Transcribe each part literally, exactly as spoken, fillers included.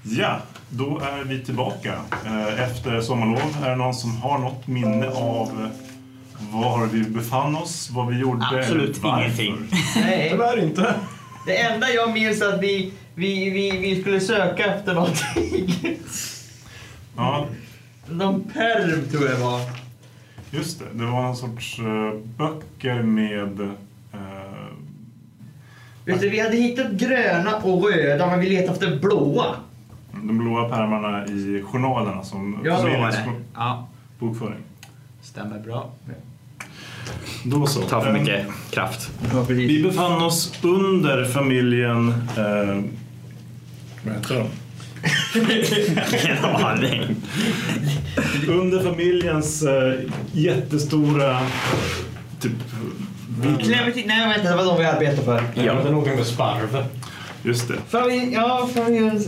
Ja, då är vi tillbaka. Efter sommarlov, är det någon som har något minne av var vi befann oss, vad vi gjorde? Absolut ingenting. Nej, tyvärr inte. Det enda jag minns att vi, vi, vi, vi skulle söka efter någonting. Ja. Någon perm tror jag var. Just det, det var en sorts uh, böcker med... Uh, Vet du, vi hade hittat gröna och röda, men vi letade efter blåa. De blåa pärmarna i journalerna som ja, så var det. Ja. Bokföring. Stämmer bra. Då så. Ta för mycket um, kraft. Ja, vi befann oss under familjen... Uh, vad heter de? Under familjens uh, jättestora typ... Clementine, nej vänta, det var de vi arbetade för. Ja, det är någonting med sparv. Just det. Familj, ja, familjen...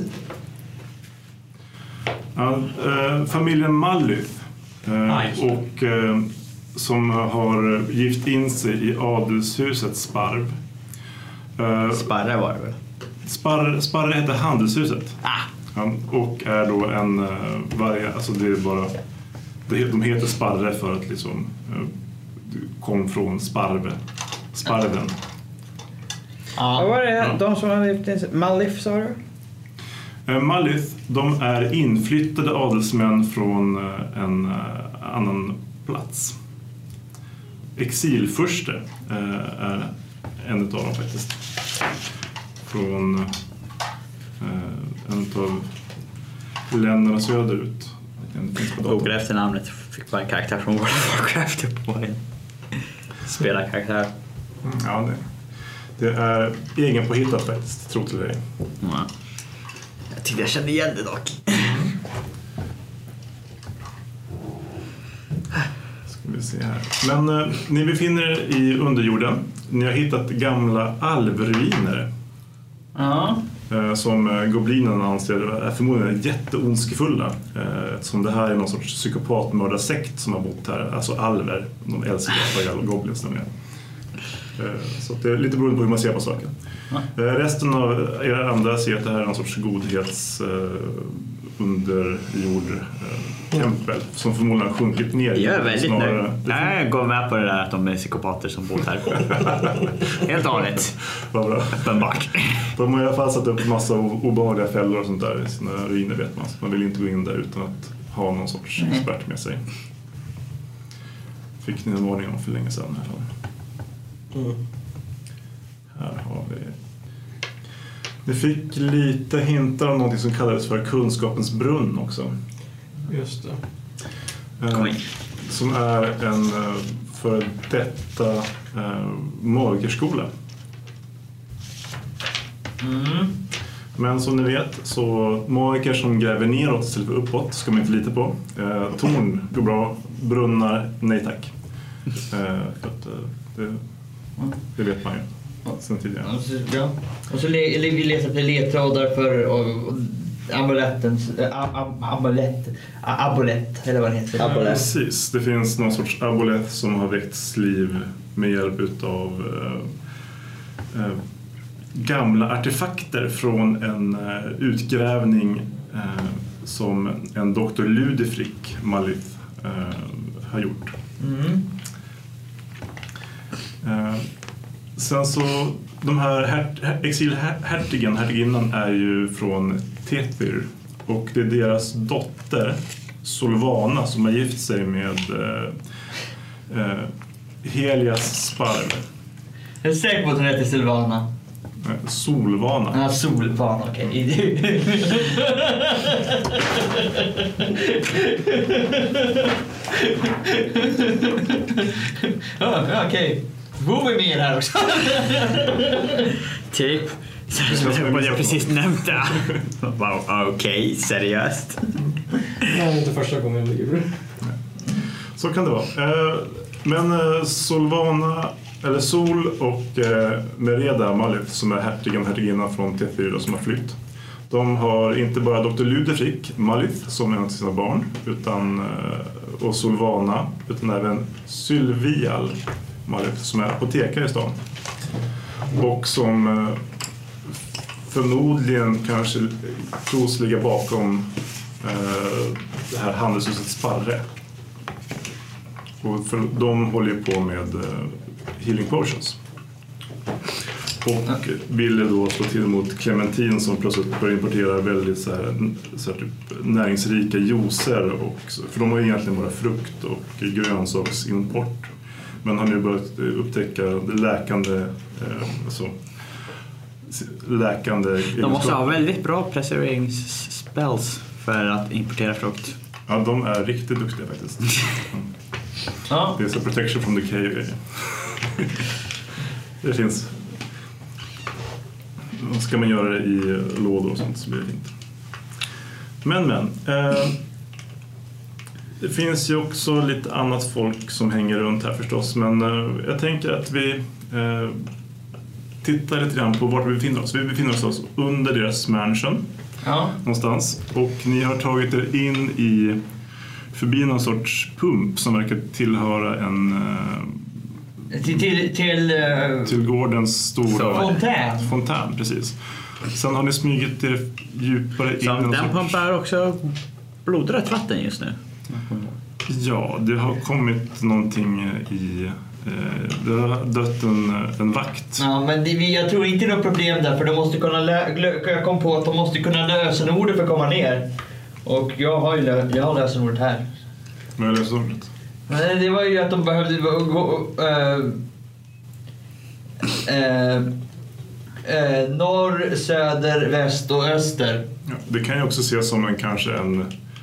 Ja, uh, familjen Mallyth uh, nice. och uh, som har gift in sig i adelshuset Sparv. Uh, Sparre var det väl? Sparre, Sparre heter handelshuset. Ah. Ja, och är då en uh, varje, alltså det är bara det, de heter Sparre för att liksom uh, kom från Sparve. Sparven. Ja, vad var det här? De som har gift in sig? Mallyth sa du? Uh, Mallyth, de är inflyttade adelsmän från uh, en uh, annan plats. Exilfurste uh, är en av dem faktiskt. Från uh, en av länderna söderut. Google efter namnet, fick bara en karaktär från World of Warcraft på en spelarkaraktär. Mm, ja, det, det är egenpåhittat faktiskt, tro till dig. Mm. Jag tyckte jag kände igen det dock. Ska vi se här. Men eh, ni befinner er i underjorden. Ni har hittat gamla alvruiner. Ja. Eh, som eh, goblinerna anser är förmodligen jätteonskefulla. Eh, som det här är någon sorts psykopatmördarsekt som har bott här. Alltså alver. De älskar att goblins nämligen. Eh, så det är lite beroende på hur man ser på saken. Ja. Eh, resten av era andra ser att det här är någon sorts godhets eh, underjord eh, tempel som förmodligen har sjunkit ner. Jag är väldigt nöjd. Nej, jag går med på det där att de är psykopater som bor här. Helt vanligt. Vad bra. Uppenbart. De har i alla fall satt upp en massa obehagliga fällor och sånt där i sina ruiner, vet man. Så man vill inte gå in där utan att ha någon sorts expert med sig. Fick ni en varning om för länge sedan i alla fall. Mm. Här har vi... Ni fick lite hintar om något som kallades för kunskapens brunn också. Just det. Eh, som är en eh, för detta eh, magikerskola. Mm. Men som ni vet så magiker som gräver neråt istället för uppåt ska man inte lita på. Eh, torn går bra, brunnar nej tack. Eh, för att, eh, det, det vet man ju. Sen tidigare. Och så, ja. Och så le, le, vi letar efter ledtrådar för och, och, amulettens amulett amulett eller vad det heter. Ja, precis. Det finns någon sorts amulett som har väckts liv med hjälp utav eh, eh, gamla artefakter från en eh, utgrävning eh, som en doktor Ludefrick Mallyth eh, har gjort. Mm. Eh, Sen så, de här her- exilhertigen, hertiginnan är ju från Tethir och det är deras dotter Solvana som har gift sig med eh, eh, Helias Sparv. Jag är säker på att hon heter Silvana. Eh, Solvana. Ja, Solvana, okej. Okay. Ja, okej. Bor vi med här också? Typ. Som jag precis nämnde. Wow, okej, okay, seriöst. Nej, inte första gången jag ligger. Så kan det vara. Men Solvana, eller Sol och Mereda Mallyth som är hertigen och hertiginnan från Tethir som har flytt. De har inte bara doktor Ludefrick Mallyth som är en av sina barn utan, och Solvana utan även Sylvial Mallyth som är apotekare i stan och som förmodligen kanske tros ligga bakom eh, det här handelshuset Sparre. Och för de håller ju på med eh, healing potions. Och ville då slå till mot Clementin som plötsligt börjar importera väldigt så här, så här typ näringsrika juicer. Och, för de har egentligen bara frukt och grönsaksimport. Men har nu börjat upptäcka läkande, eh, alltså, läkande... De måste ha väldigt bra preserveringsspells för att importera frukt. Ja, de är riktigt duktiga faktiskt. Ja. Det är så protection from decay och grejer. Det finns... Ska man göra det i lådor och sånt så blir det inte. Men men. Eh, det finns ju också lite annat folk som hänger runt här förstås. Men eh, jag tänker att vi eh, tittar lite grann på vart vi befinner oss. Vi befinner oss under deras mansion. Ja. Någonstans. Och ni har tagit er in i förbi någon sorts pump som verkar tillhöra en... Eh, Till, till, till, uh, till gårdens stora fontän. fontän, precis. Sen har ni smugit er djupare in. Så den sorts... pumpar också blodrött vatten just nu. Ja, det har kommit någonting i... Eh, det har dött en, en vakt. Ja, men det, jag tror inte det är något problem där, för de måste kunna lö- jag kom på att de måste kunna lösenordet för att komma ner. Och jag har ju lö- jag har lösenordet här. Vad är lösenordet? Men det var ju att de behövde gå äh, äh, äh, norr, söder, väst och öster. Ja, det kan ju också ses som en kanske en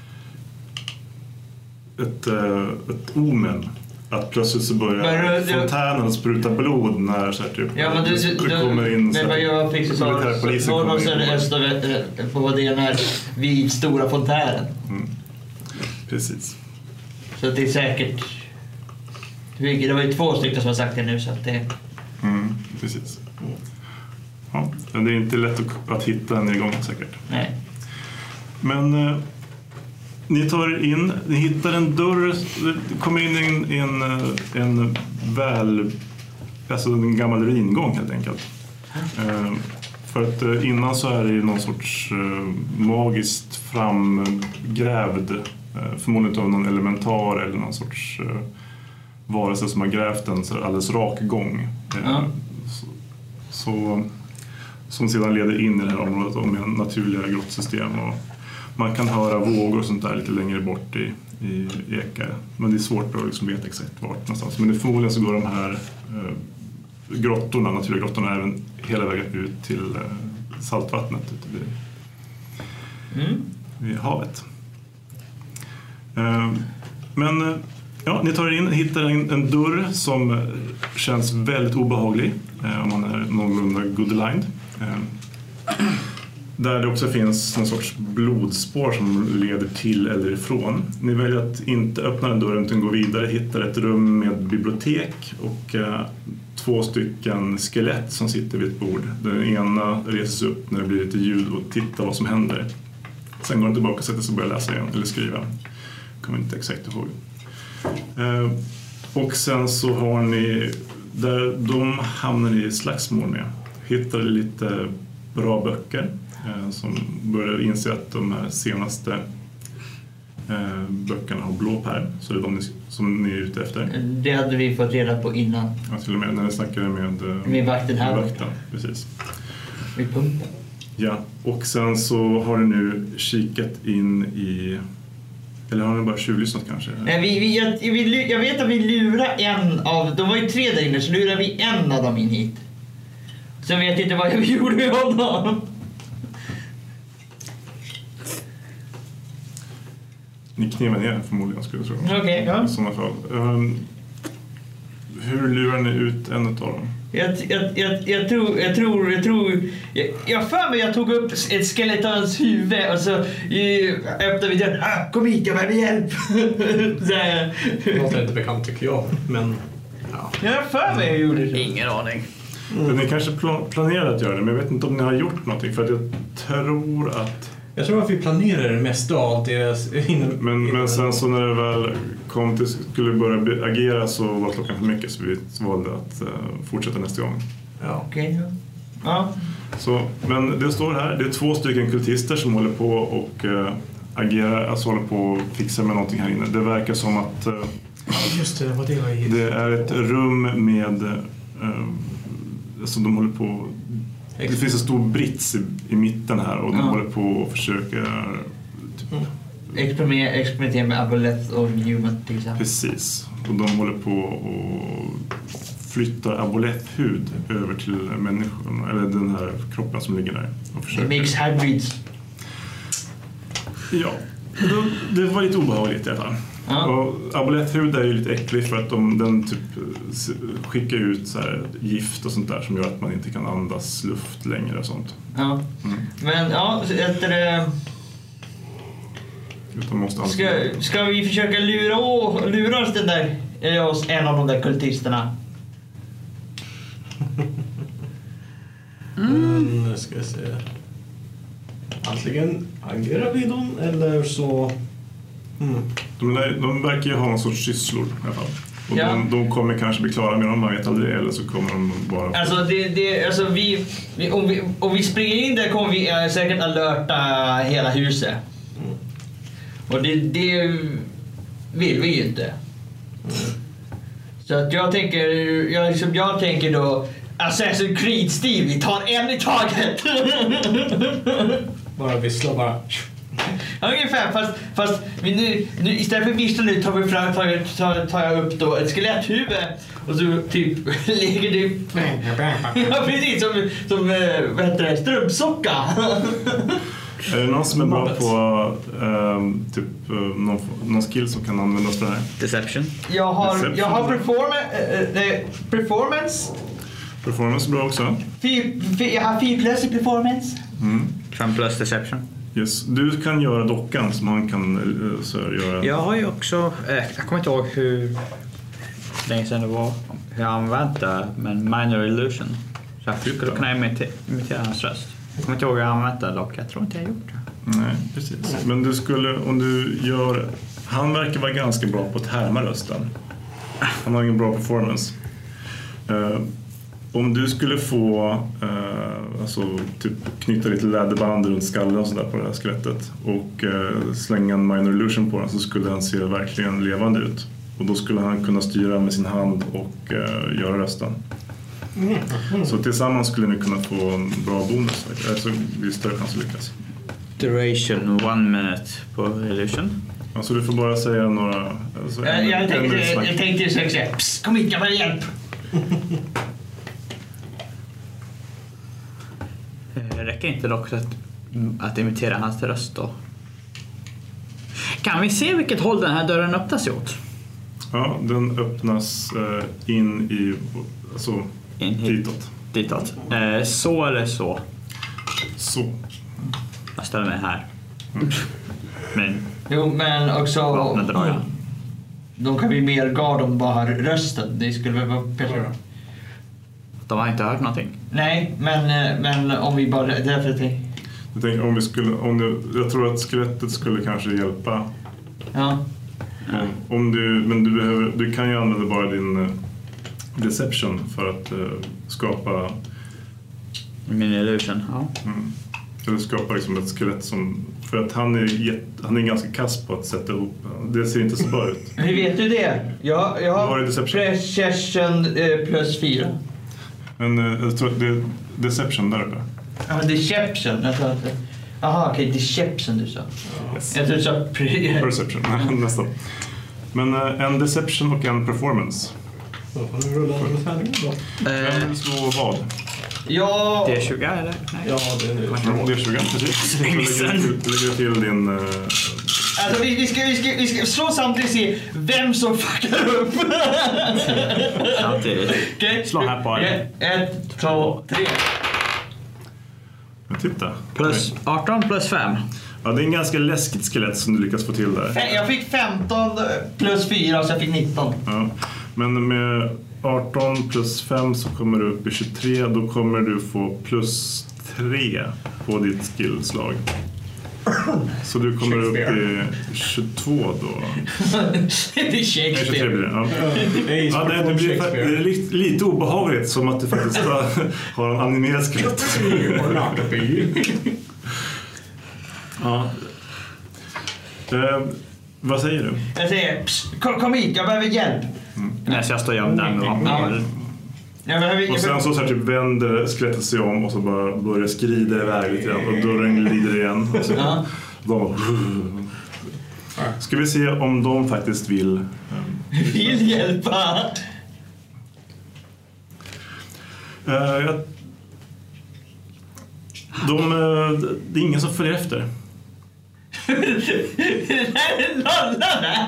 ett, ett omen. Att plötsligt så börjar men, du, fontänen spruta blod när så här, typ, ja, men du, du, det kommer in men så vad jag fick så sa norr, söder, öster och väst på det är vid stora fontänen. Mm. Precis. Så det är säkert... Det var ju två stycken som har sagt det nu, så att det... Mm, precis. Ja, men det är inte lätt att, att hitta en igång säkert. Nej. Men eh, ni tar er in, ni hittar en dörr, kommer in i en, en, en väl... Alltså en gammal ringång helt enkelt. Eh, för att eh, innan så är det någon sorts eh, magiskt framgrävd, eh, förmodligen av någon elementar eller någon sorts... Eh, varelse som har grävt en så alldeles rak gång. Ja. Så, så, som sedan leder in i det här området och med naturliga grottsystem. Och man kan höra vågor och sånt där lite längre bort i, i ekar. Men det är svårt att liksom veta exakt vart någonstans. Men det förmodligen så går de här eh, grottorna, naturliga grottorna även hela vägen ut till eh, saltvattnet ute vid, Mm. vid havet. Eh, men ja, ni tar in, hittar en, en dörr som känns väldigt obehaglig eh, om man är någorlunda good-aligned. Eh, där det också finns någon sorts blodspår som leder till eller ifrån. Ni väljer att inte öppna den dörren utan gå vidare, hittar ett rum med bibliotek och eh, två stycken skelett som sitter vid ett bord. Den ena reses upp när det blir lite ljud och tittar vad som händer. Sen går den tillbaka och sätter sig och börjar läsa igen eller skriva. Jag kommer inte exakt ihåg. Eh, och sen så har ni där de hamnar ni i slagsmål med. Hittar lite bra böcker eh, som börjar inse att de här senaste eh, böckerna har blå pärm, så det är de ni, som ni är ute efter. Det hade vi fått reda på innan. Ja, till och med när ni snackade med, eh, Med vakten här. med vakten, precis. Vid pumpen. Ja, och sen så har ni nu kikat in i... Eller har ni bara tjuvlyssnat kanske? Nej, vi, vi, jag, vi, jag vet att vi lurar en av... De var ju tre där inne, så lurar vi en av dem in hit. Så jag vet inte vad jag gjorde med honom. Ni knevar ner förmodligen, skulle jag tro. Okej, okay, ja. I sådana fall. Um, hur lurar ni ut en av dem? Jag, jag, jag, jag tror... Jag tror... Jag tror... Jag, jag för mig jag tog upp ett skeletons huvud och så uh, öppnade vi dörren. Ah, kom hit, jag behöver hjälp. Det låter inte bekant tycker jag, men... Ja. Jag för mig jag gjorde det. Ingen aning. Mm. Ni kanske pl- planerar att göra det, men jag vet inte om ni har gjort någonting. För att jag tror att... Jag tror att vi planerar det mesta av deras... Innan, Men, innan men sen så när det väl kom till, skulle börja agera så var klockan för mycket. Så vi valde att uh, fortsätta nästa gång. Ja. Okej, okay, ja. Så, men det står här, det är två stycken kultister som håller på och äh, agerar, alltså håller på och fixar med någonting här inne. Det verkar som att äh, Just det, vad det var i. det är ett rum med äh, alltså de håller på, det finns en stor brits i, i mitten här och de ja. håller på och försöker typ, mm. experimentera, experimentera med Aboleth och Newman till exempel. Precis, och de håller på och flyttar Aboleth-hud över till människan, eller den här kroppen som ligger där. Och försöker. Det makes hybrids. Ja, det, det var lite obehagligt i alla fall. Ja. Och Aboleth-hud är ju lite äcklig för att de, den typ skickar ut så här gift och sånt där som gör att man inte kan andas luft längre och sånt. Ja, mm. men ja, efter det... Måste ska, ska vi försöka lura, å, lura oss den där, oss en av de där kultisterna? Mm. Nu ska jag se. Antingen agerar vi dem eller så... Mm. De, de verkar ju ha någon sorts sysslor i alla fall. Och ja. de, de kommer kanske bli klara med dem, man vet aldrig, eller så kommer de bara... Alltså, det, det, alltså vi, vi, om, vi, om vi springer in där kommer vi äh, säkert alerta hela huset. Mm. Och det, det vill vi ju inte. Mm. Så att jag tänker, jag, liksom, jag tänker då Assassin's Creed-stil, vi tar en i taget. Bara vissla, bara... Ja, ungefär, fast, fast vi nu, nu, istället för vissla nu tar vi fram, tar, tar, tar jag upp då ett skeletthuvud och så typ lägger det ja, precis, som, som vad heter det, strumpsocka. Är det någon som är bra på um, typ uh, någon, någon skill som kan användas för det här? Deception. Jag har, Deception. jag har performa- äh, äh, performance. Performance är bra också. Fyr, fyr, jag har fyr plus i performance. Mm. fem plus deception. Yes. Du kan göra dockan som han kan uh, så göra. Jag har ju också, eh, jag kommer inte ihåg hur länge sedan det var, hur jag använt det, men minor illusion. Så jag skulle kunna imita- imitera hans röst. Jag kommer inte ihåg hur jag använt det dock, jag tror inte jag har gjort det. Nej, precis. Men du skulle, om du gör, han verkar vara ganska bra på att härma rösten. Han har ingen bra performance. Uh, om du skulle få uh, alltså, typ knyta lite läderband runt skallen och sådär på det här skelettet och uh, slänga en minor illusion på den, så skulle han se verkligen levande ut. Och då skulle han kunna styra med sin hand och uh, göra rösten. Mm. Mm. Så tillsammans skulle ni kunna få en bra bonus. Alltså, vi är större chans att lyckas. Duration one minute på illusion. Alltså du får bara säga några... Alltså, jag, jag, tänkte, jag, jag tänkte säga så här, psst, kom hit, jag behöver hjälp. Det räcker inte dock att, att imitera hans röst då. Kan vi se vilket håll den här dörren öppnas åt? Ja, den öppnas eh, in i... Alltså, in ditåt. Ditåt. Eh, så eller så? Så. Jag ställer mig här. Mm. Men... Jo, men också... Vapnet drar jag. De kan bli mer gard om bara har rösten. Det skulle väl vara bättre. De har inte hört någonting. Nej, men, men om vi bara... Därför att det... Jag tänker om vi skulle... Om du, jag tror att skelettet skulle kanske hjälpa. Ja. Om, om du, men du, behöver, du kan ju använda bara din uh, deception för att uh, skapa... Min illusion, ja. Mm. Eller skapa liksom ett skelett som... För att han är, jätt, han är ganska kass på att sätta ihop. Det ser inte så bra ut. Hur vet du det? Jag, jag har Precision eh, plus fyra. Men eh, jag tror att det är Deception där uppe. Ja, men Deception. Jag tror att det... Aha, okej. Okay, Deception du sa. Yes. Jag tror du sa... Pre- Perception, nästan. Men eh, en Deception och en Performance. Då får du rulla med tärningen då. Vem slår vad? Ja... Det är tjugo eller? Nej. Ja, det är nu. Ja, det är tjugo, precis. Du lägger, lägger till din... Uh... Alltså vi, vi, ska, vi, ska, vi ska slå samtidigt se vem som fuckar upp. Samtidigt. Okay. Slå här på ett, ett, två, tre. Men titta. Plus arton plus fem. Ja, det är en ganska läskigt skelett som du lyckas få till där. Jag fick femton plus fyra så jag fick nitton. Ja. Men med arton plus fem så kommer du upp i tjugotre. Då kommer du få plus tre på ditt skillslag. Så du kommer upp i tjugotvå då? Det är Shakespeare. tjugotre blir det, ja. Ja, det, det, blir, det är lite, lite obehagligt som att du faktiskt har en animerad skelett. Ja. Eh, vad säger du? Jag säger, kom, kom hit, jag behöver hjälp. Mm. Nej, så jag står gömd där. Ja. Jag behöver, jag och sen så, så här, typ vänder skelettet sig om och så bara börjar skrida iväg lite grann och dörren glider igen. Och så ja. de, ska vi se om de faktiskt vill um, vill hjälpa. Uh, jag, de, uh, det är ingen som följer efter. Det här är nollarna.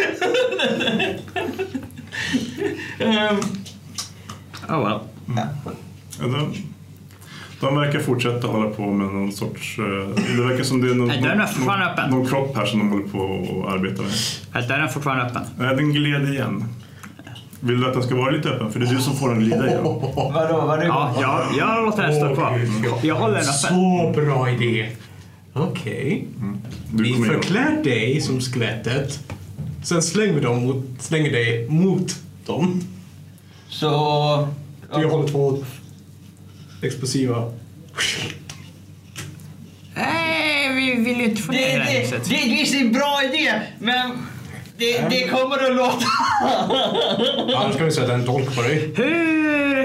um. Oh well. Mm. Ja, de, de verkar fortsätta hålla på med någon sorts... Uh, det verkar som det är någon, Nej, den är fortfarande någon, öppen. någon kropp här som de håller på att arbeta med. Nej, den är fortfarande öppen. Nej, den gled igen. Vill du att den ska vara lite öppen? För det är du som får den glida igen. Vadå? Vadå? Ja, jag, jag låter den stå kvar. Jag håller den öppen. Så bra idé. Okej. Okay. Mm. Vi förklär dig som skelettet. Sen slänger vi dem mot, slänger dig mot dem. Så... Du håller två explosiva. Nej, vi vill ju inte få det, ner det här det, huset. det, det är en bra idé, men det, det kommer att låta... Annars ska vi sätta en dolk på dig. Hur...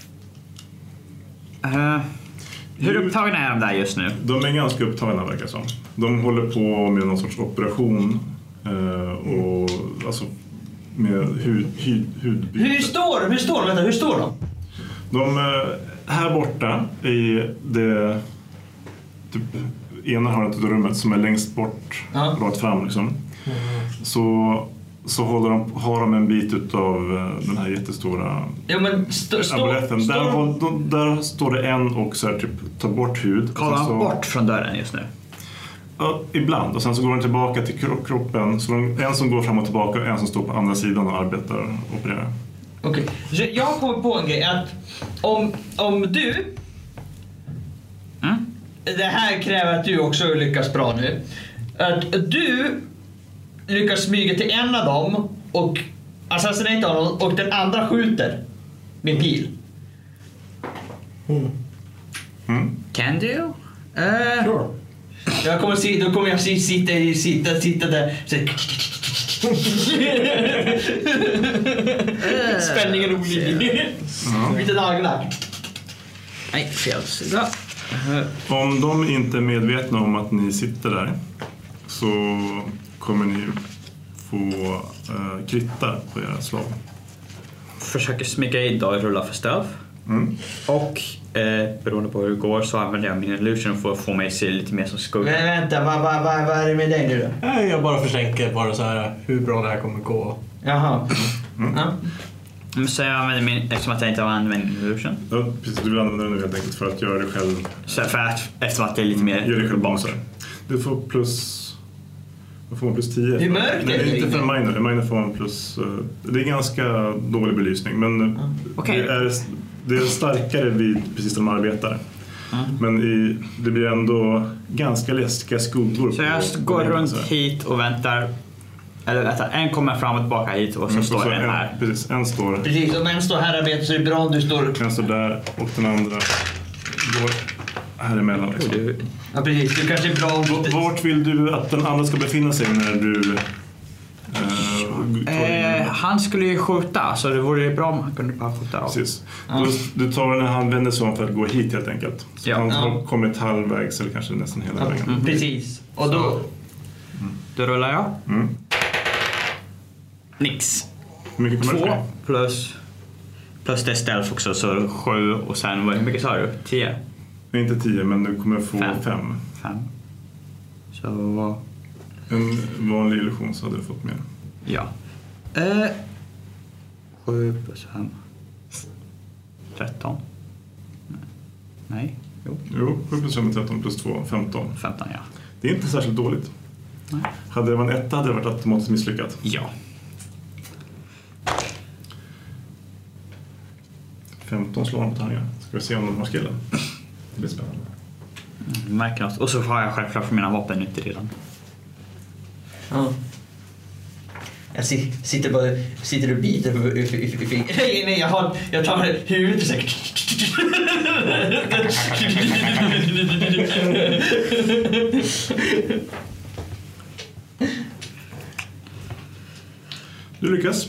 Uh, hur upptagna är de där just nu? De är ganska upptagna, verkar som. De håller på med någon sorts operation uh, och alltså med hud, hud, hudbyte. Hur står de? Hur står de? Vänta, hur står de? De uh, här borta i det typ, ena hörnet av rummet som är längst bort, ja. rakt fram liksom. Så så håller de, har de en bit utav den här jättestora ja, men st- stå, amuletten. stå, Där, stå. håll, de, där står det en och så här, typ tar bort hud. Kollar han så, bort från dörren just nu? Ja, ibland. Och sen så går den tillbaka till kro- kroppen. Så de, en som går fram och tillbaka och en som står på andra sidan och arbetar och opererar. Okej, okay. Jag har kommit på en grej att om, om du... Mm? Det här kräver att du också lyckas bra nu. Att du lyckas smyga till en av dem och assassinata honom och den andra skjuter med pil. Mm. Mm. Can do? Uh, Sure. Jag kommer se, då kommer jag se, sitta, sitta, sitta där så, spänningen olidlig. Lite naglar. Nej, fel sida. Uh, Om de inte är medvetna om att ni sitter där så kommer ni få uh, kritta på era slag. försöker smyga in och rulla för stöv. Mm. Och eh, beroende på hur det går så använder jag min illusion för att få mig att se lite mer som skugga. Men vänta, vad, vad, vad, vad är det med dig nu då? Nej, jag bara försänker bara så här hur bra det här kommer gå. Jaha. Mm. Ja. Men så jag använder min, eftersom att jag inte använder min illusion. Ja, precis. Du vill använda den nu helt enkelt för att göra det själv. Så för att, eftersom att det är lite mer... Gör det själv bonusar. Du får plus... Vad får man plus tio? Hur mörkt är Nej, det? inte för en minor. En minor får man plus... Uh, det är ganska dålig belysning. Men uh, okay. det, är, det är starkare vid precis när de arbetar. Mm. Men i, det blir ändå ganska läskiga skuggor. Så jag på, går på runt så hit och väntar. Eller vänta, en kommer fram och tillbaka hit och så mm, står så en en här. Precis, en står... Precis, om en står här arbetar så är det bra om du står... En står där och den andra går här emellan. Liksom. Oh, du... Ja, precis. Du kanske är bra om... V- Vart vill du att den andra ska befinna sig när du... Uh, eh, han skulle ju skjuta, så det vore bra om han kunde bara skjuta av. Precis. Ja. Du, du tar när han vänder sig om för att gå hit helt enkelt. Så Ja. han har Ja. kommit halvvägs eller kanske nästan hela Ja, vägen. Mm. precis. Och då... Då rullar jag. Mm. Nix. Hur mycket kommer Två det plus... Plus det stealth också, så sju och sen, hur mycket sa du? Tio? för? Inte tio, men du kommer få Fem. fem. Fem. Så... En vanlig illusion så hade du fått mer. Ja. Eh, sju plus fem. Tretton. Nej. Jo. Jo, sju plus fem är tretton plus två, femton. Femton, ja. Det är inte särskilt dåligt. Nej. Hade det varit en etta hade det varit automatiskt misslyckat. Ja. femton slår han på tärningar. Ska vi se om de har skillen. Det blir spännande. Mm, märker något. Och så har jag självklart för mina vapen ute redan. Ja. Jag si- sitter bara sitter och biter i fingret. Nej, nej, jag har jag tar huvudet och säger. Du lyckas.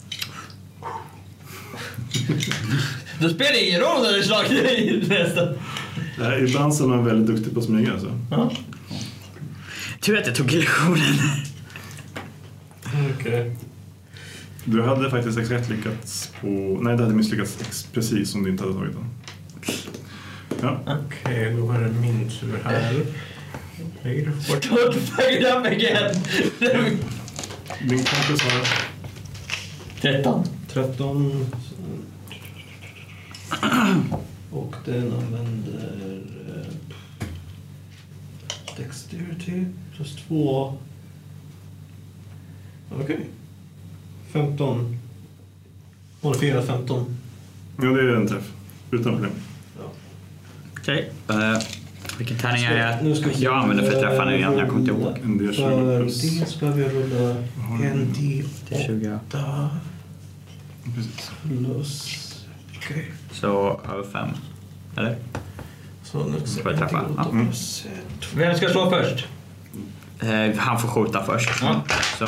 Då spelar det ingen roll när du slagit dig nästan. Nej, ibland så är man väldigt duktig på att smyga. Så. Ja. Tur att jag tog illusionen. Okej. Okay. Du hade faktiskt exakt lyckats på... Nej, du hade misslyckats ex- precis som du inte hade tagit den. Ja. Okej, okay, då var det min tur här. Don't fuck it up again. Din kompis har... tretton. tretton. Och den använder eh, Dexterity plus två. Okej. Okay. femton. Och fyra, femton. Ja, det är en träff. Utan problem. Ja. Okej. Okay. Uh, vilken tärning är jag? Nu ska vi jag använder för träffa nu igen. Jag kommer inte ihåg. En D tjugo för plus... det ska vi rulla en D tjugo. åtta. Precis. Plus... Okej. Okay. Så över fem. Eller? Så nu ska Får jag träffa? D åtta Ja. plus två. Vem ska slå först? Uh, han får skjuta först. Ja. Så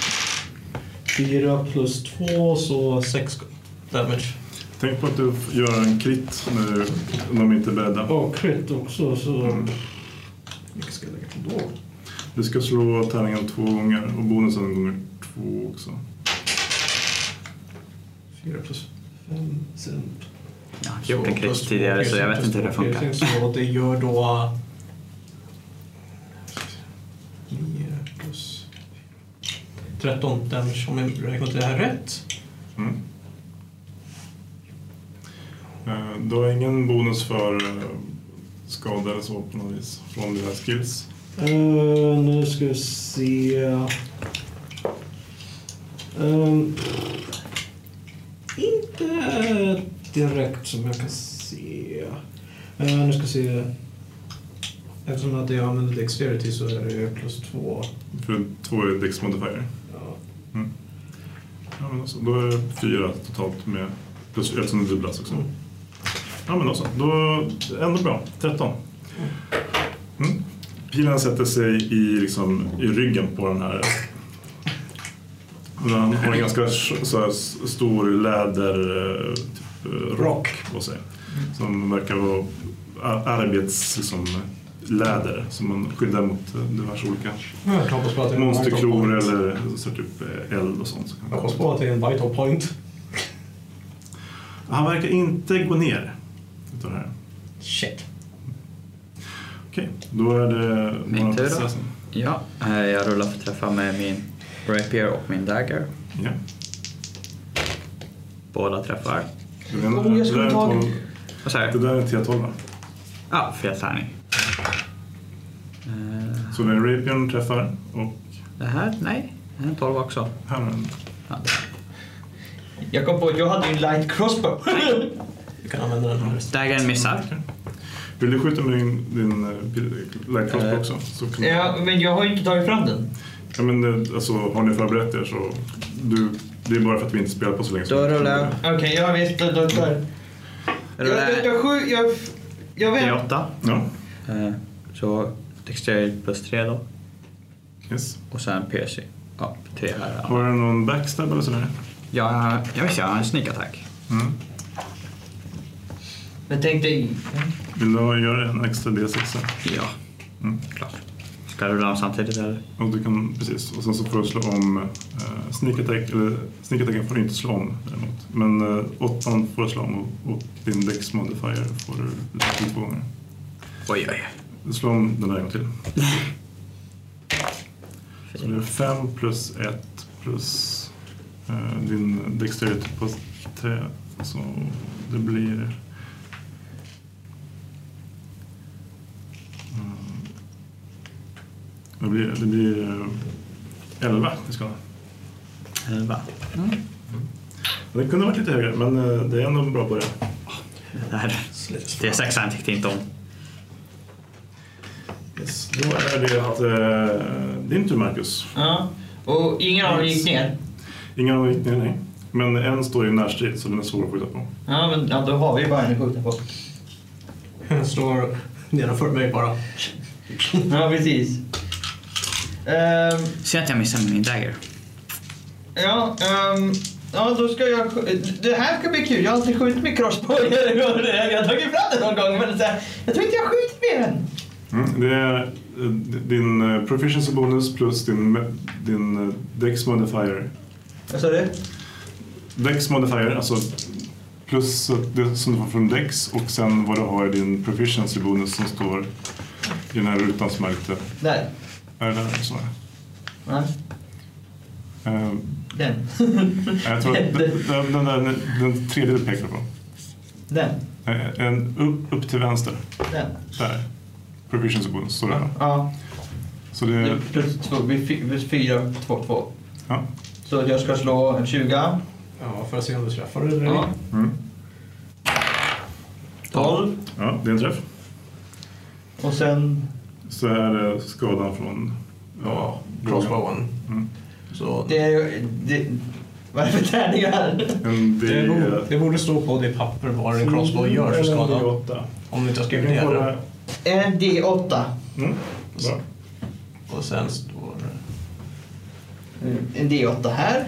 fyra plus två, så sex damage. Tänk på att du gör en krit när de inte är beredda. Och crit också, så... Mm. Vilket ska jag lägga till då? Du ska slå tärningen två gånger och bonusen gånger två också. fyra plus fem, sen... jag har gjort en krit tidigare så jag vet inte hur det funkar. Så det gör då... nio plus... tretton damage, om jag räknar till det här rätt. Mm. Uh, du har ingen bonus för uh, skada eller så på något vis från dina skills? Uh, nu ska vi se... Um, inte direkt som jag kan se. Uh, nu ska vi se... Eftersom att jag använder Dexterity så är det plus två. För två är Dex modifier. Ja. Mm. Ja, men alltså, då är det fyra totalt med plus eftersom det dubblas också. Mm. Ja, men också. Då ändå bra. tretton. Mm. Pilen sätter sig i, liksom, i ryggen på den här. Han har en ganska så här, stor läder typ, rock på sig. Som verkar vara arbets... Liksom, läder som man skyddar mot diverse olika monsterklor eller så typ eld och sånt. Jag hoppas på att det är en vital point. Han verkar inte gå ner utav det här. Shit. Okej, då är det... Min tur då? Ja, jag rullar för träffa med min rapier och min dagger. Ja. Båda träffar. Den, oh, jag skulle ta tolv, Vad säger det du? där är T tolv. Ja, fel tärning. Så den rapiern träffar och... Det här? Nej, det är en tolv också. Här är den. Ja. Jag kom på att jag hade ju en light crossbow. Du kan använda den här. Daggern missar. Vill du skjuta med din, din light crossbow också? Så kan Ja, men jag har ju inte tagit fram den. Ja, men alltså, har ni förberett er så... Du, det är bara för att vi inte spelar på så länge. Då rullar jag. Okej, okay, jag vet. Då, då, då. Jag, jag, jag, jag, jag, jag vet. D åtta. Ja. Så dexterity plus tre då. Yes. Och sen P C. Ja, tre här. Har du någon backstab eller sådär? Ja, jag vet jag har en sneak attack. Mm. Men tänk dig... Vill du göra en extra D sex? Ja, Mm. klart. Ska du rulla dem samtidigt eller? Och du kan, precis. Och sen så får du slå om uh, sneak attack, eller sneak attacken får du inte slå om däremot. Men uh, åttan får du slå om och, och din dex modifier får du slå två gånger. Oj, oj. Du slår om den där en gång till. Så det är fem plus ett plus uh, din dexterity på tre. Så det blir... Det blir, det blir elva i skalan. elva. Mm. Det kunde varit lite högre, men det är ändå bra på det. Det här. Det är sexan tyckte inte om. Yes. Då är det att, eh, din tur, Marcus. Ja. Och ingen av dem gick ner? Ingen av dem gick ner, nej. Men en står i närstrid så den är svår att skjuta på. Ja, men ja, då har vi bara en att skjuta på. Den står nedanför mig bara. Ja, precis. Um, Ser att jag missar min dagger. ja, um, ja, då ska jag... sk- Det här ska bli kul. Jag har alltid skjutit med crossbow. Jag har tagit fram den någon gång, men så här, jag tror inte jag har skjutit med den. Mm, det är eh, din eh, proficiency bonus plus din, me- din eh, dex modifier. Vad sa du? Dex modifier, alltså plus det som du får från dex och sen vad du har i din proficiency bonus som står i den här rutan som är lite... Där. Är det där? Så här. Ja, Eh, den. jag tror att den, den, den, där, den, den tredje du pekar på. Den. Eh, En upp, upp till vänster. Den. Där. Proficiency bonus står det här. Ja. Så det Det är... är plus två, blir fy- blir fyra, två, två. Ja. Så jag ska slå en tjugo. Ja, för att se om du träffar eller Ja. Mm. tolv. Ja, det är en träff. Och sen... Så är det skadan från... Ja, crossbowen. Mm. Så Det är det, vad är det för tärningar? En D... det, borde, det borde stå på det papper vad en crossbow gör för skada. åtta. Om du inte har skrivit Jag kan ner kolla. det. En D åtta. Mm. Bra. Och sen står det En D åtta här.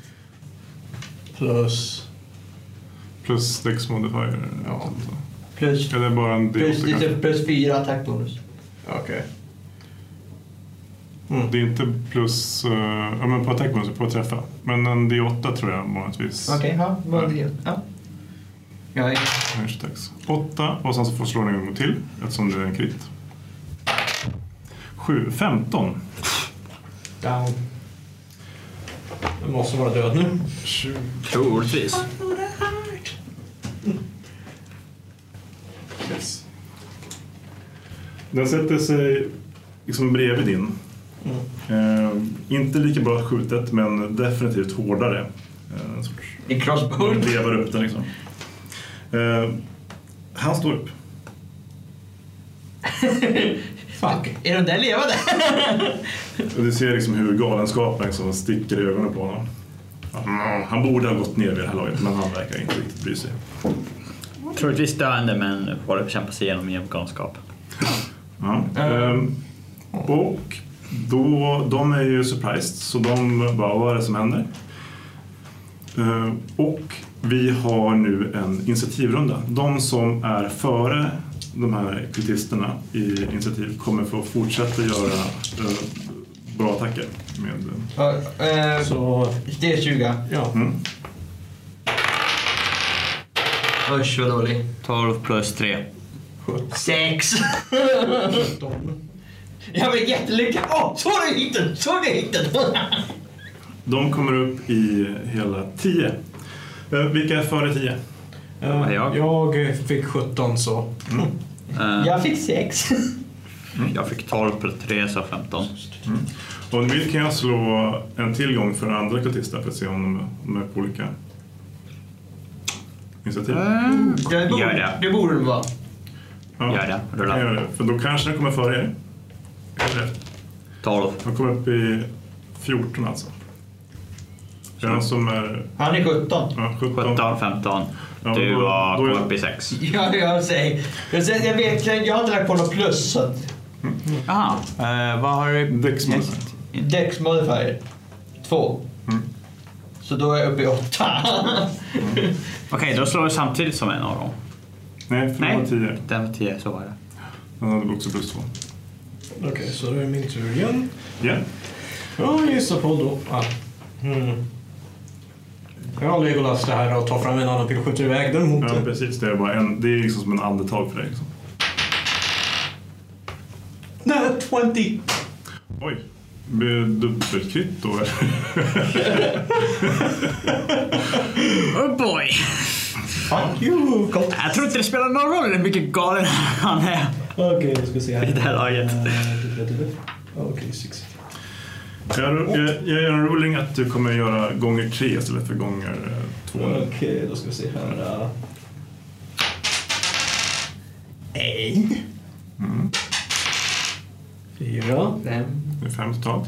plus... Plus dex modifier. Ja. Plus, Eller bara en D åtta plus, kanske. lite, plus fyra attackbonus. Okej. Det är inte plus... Uh, ja, men på attackbonus på att träffa. Men en D åtta tror jag vanligtvis. Okej, okay, ja. Vad är det? Ja. Jag är... Hashtags. åtta och sen så får slå den en gång till eftersom det är en krit. sju. femton. Down. Den måste vara död nu. tjugo. Troligtvis. Yes. Den sätter sig liksom bredvid din. Mm. Eh, inte lika bra skjutet men definitivt hårdare. Eh, en sorts... En crossbow. Den lever upp den liksom. Eh, han står upp. Fuck. Är de där levande? Och du ser liksom hur galenskapen liksom sticker i ögonen på honom. Mm, han borde ha gått ner vid det här laget men han verkar inte riktigt bry sig. Troligtvis döende men får det kämpa sig igenom genom galenskap. Ja. ehm, och då, de är ju surprised så de bara, vad är det som händer? Ehm, och vi har nu en initiativrunda. De som är före de här kritisterna i initiativ kommer få fortsätta göra eh, bra attacker med... Ja, eh, Så, det är tjugo. ja. Mm. Usch, vad dålig. tolv plus tre. Sex. sjutton. Jag blev jättelycklig. Åh, oh, såg du hitten? Såg du hitten? De kommer upp i hela tio. Eh, vilka är före tio? Eh, jag? jag fick sjutton så. Mm. Uh, Jag fick sex. Jag fick tolv plus tre så femton. Mm. Och om du vill kan jag slå en tillgång för andra kultister för att se om de, de är på olika initiativ. Uh, Det borde Gör det. det, borde det vara. Ja, Gör det. Rulla. kan jag göra det. För då kanske den kommer före er. Eller, tolv. de kommer upp i fjorton alltså. Det är den som är Han är sjutton. ja, sjutton. sjutton, femton. Ja, Du då- var då är- kom upp i sex. Ja, jag säger. Jag, säger, jag, vet, jag har inte lagt på något plus. Så att Jaha, uh, vad har du? Dex modifier. Dex modifier. Två. Mm. Så då är jag uppe i åtta. Okej, då slår du samtidigt som en av dem. Nej, för de var tio. Den var tio, så var det. Den hade också plus två. Okej, så då är det min tur igen. Ja. Jag gissar på då. Ah. Mm. Jag har Legolas det här och tar fram en annan pil och skjuter iväg den mot Ja, den. precis. Det är, bara en, det är liksom som en andetag för dig. Liksom. Nej, tjugo. Oj. Med dubbelkritt då? Oh boy! Fuck you. Jag tror inte det spelar någon roll hur mycket galen han är. Okej, vi ska se här. I det här laget. Eh, Okej, sex. Jag, jag, jag gör en ruling att du kommer göra gånger tre istället för gånger eh, två. Okej, då ska vi se här. Uh. Nej. Mm. Fyra. Fem. Det är fem totalt.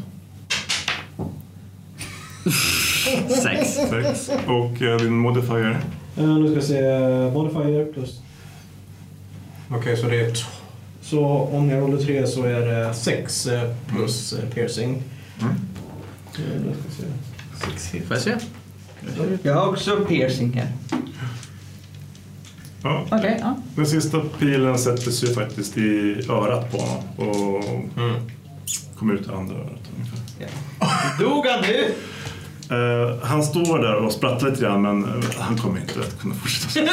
Sex. Sex. Och eh, din modifier? Uh, nu ska jag se modifier plus... Okej, okay, så det är... T- så om jag håller tre så är det sex eh, plus eh, piercing. Mm. Så nu ska jag se. Sex hit. Får jag se? Jag har också piercing här. Ja. Okej, okay, ja. Den sista pilen sätter sig faktiskt i örat på honom och Mm. kommer ut i andra örat ungefär. Ja. Dog han nu? Uh, han står där och sprattlar lite grann, men uh, han kommer inte att kunna fortsätta.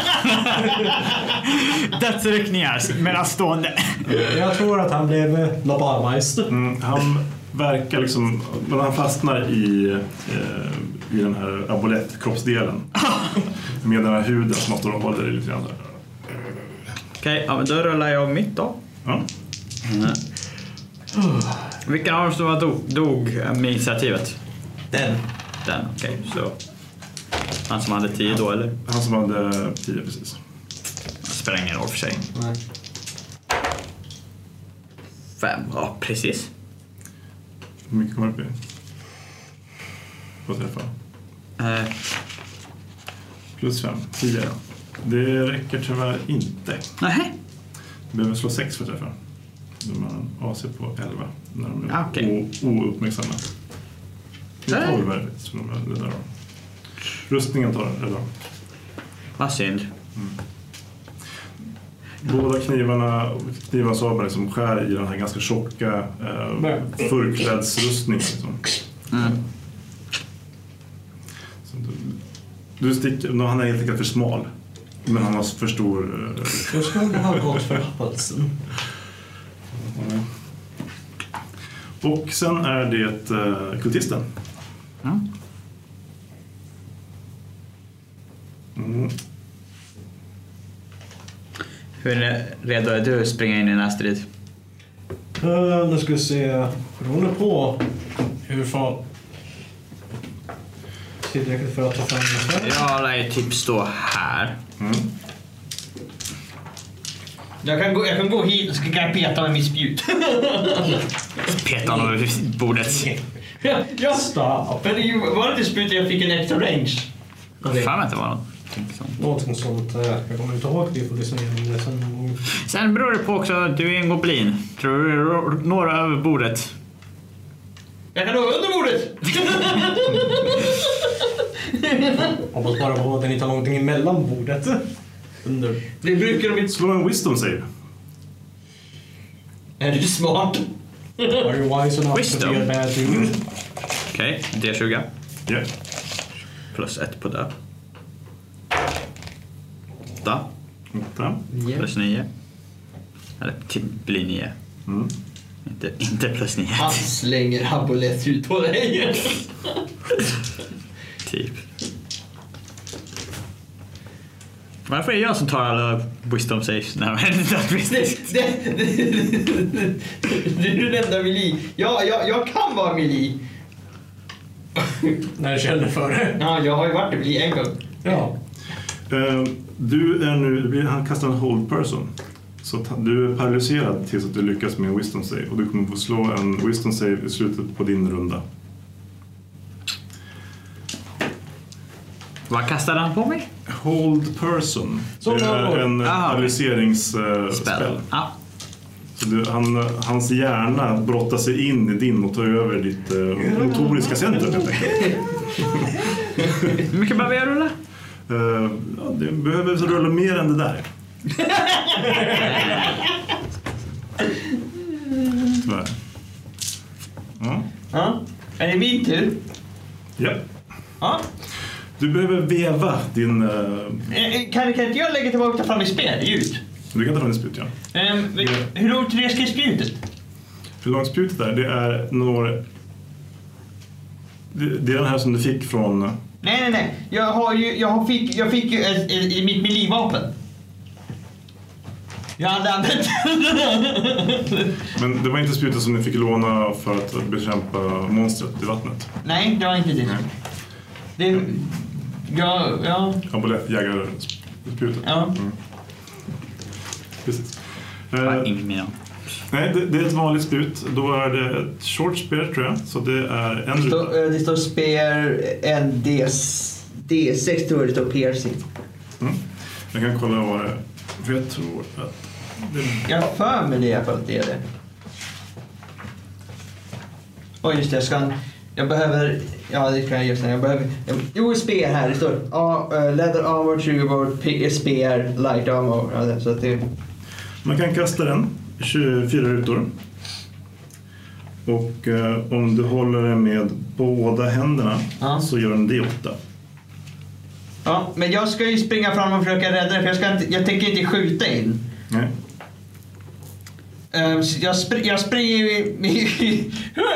Dödsryckningar mellan stående. Jag tror att han blev lobalmeister. Mm, han verkar liksom, men han fastnar i, uh, i den här abolett-kroppsdelen. Med den här huden som man står och håller i lite grann. Okej, okay, ja, men då rullar jag mitt då. Ja. Mm. Vilken av dem som var dog, dog med initiativet? Den. Den, okej. Okay, så han som hade tio då, eller? Han som hade tio, precis. Det spelar ingen roll för sig. Nej. Fem, ja precis. Hur mycket kommer det bli? På träffa? Eh, Plus fem, tio då. Det räcker tyvärr inte. nej. Du behöver slå sex för att träffa. De har en A C på elva. När de är Ah, okay. o- ouppmärksamma. Det är tolv värdigt. Det där. Rustningen tar det redan. Vad synd. Mm. Båda knivarna, knivarna sablar liksom skär i den här ganska tjocka eh, förklädsrustningen. Liksom. Mm. Så du, du sticker, han är helt enkelt för smal. Men han har för stor... Eh, Jag skulle ha gått för halsen. Och sen är det eh, kultisten. Mm. Mm. Hur redo är du att springa in i en strid? Uh, nu ska vi se. Beroende på hur fan... Tillräckligt för att ta fram det själv. Jag lär ju typ stå här. Mm. Jag kan gå, jag kan gå hit och så kan jag peta med min spjut. Peta honom över bordet. ja, ja. Stop. Men det var det inte spjut jag fick en extra range? Fan att det var någonting sånt. Någonting sånt. Uh, jag kommer inte ihåg. Vi får lyssna igenom det sen. Sen beror det på också, du är en goblin. Tror du du når över bordet? Jag kan nå under bordet! Hoppas bara på att den inte har någonting emellan bordet. Under. Det brukar de inte... Slå en wisdom save. Är du smart? Are you wise enough Wisdom. to be a bad dude? Okej, okay, D tjugo. Ja. Plus ett på det. Åtta. Åtta. Plus nio. Eller typ blir nio. Mm. Inte, inte plus nio. Han slänger abolett ut på dig. Typ. Varför är jag som tar alla wisdom saves? Nej, men det är det, det, det, det är den enda melee. Ja, jag, jag kan vara melee. När jag känner för det. Ja, jag har ju varit melee en gång. Ja. Uh, du är nu, han kastar en hold person. Så att du är paralyserad tills att du lyckas med en wisdom save. Och du kommer få slå en wisdom save i slutet på din runda. Vad kastade han på mig? Hold person. Så det är en Aha. paralyseringsspel. Spel. Ja. Så du, han, hans hjärna brottar sig in i din och tar över ditt uh, motoriska centrum helt enkelt. Hur mycket behöver jag rulla? Uh, ja, du behöver rulla mer än det där. Tyvärr. Ja. Ja. Är det min tur? Ja. Ja. Du behöver veva din... Uh, Eh, Kan, kan inte jag lägga tillbaka och ta fram mitt spel ut? du kan ta fram din spjut, ja. Um, hur långt är spjutet? Hur långt spjutet är, det är några... Det, det är den här som du fick från... Nej, nej, nej. Jag, har ju, jag, har fick, jag fick ju ett, ett, ett, mitt melee-vapen. Jag hade använt. Men det var inte spjutet som ni fick låna för att bekämpa monstret i vattnet. Nej, det var inte det. Nej. Det... Ja, ja. Abolett jägarspjutet. Ja. Mm. Precis. Jag har Eh, ingen minne. Nej, det, det är ett vanligt spjut. Då är det ett short spear tror jag. Så det är en Det ruta. står, eh, det står spear, en D, D sex tror jag det står piercing. Mm. Jag kan kolla vad det är. För jag tror att det... Jag har för mig det i alla fall att det är det. Oj just det, jag ska... Jag behöver... Ja, det kan jag just nu. Jag behöver... Jo, spear här. Det står ja, uh, leather armor, triggerboard, spear, light armor. Ja, så att det... Man kan kasta den i tjugofyra rutor. Och eh, om du håller den med båda händerna Ja. så gör den D åtta. Ja, men jag ska ju springa fram och försöka rädda det, för jag, ska inte, jag tänker inte skjuta in. Nej. Um, så jag, spr- jag springer ju...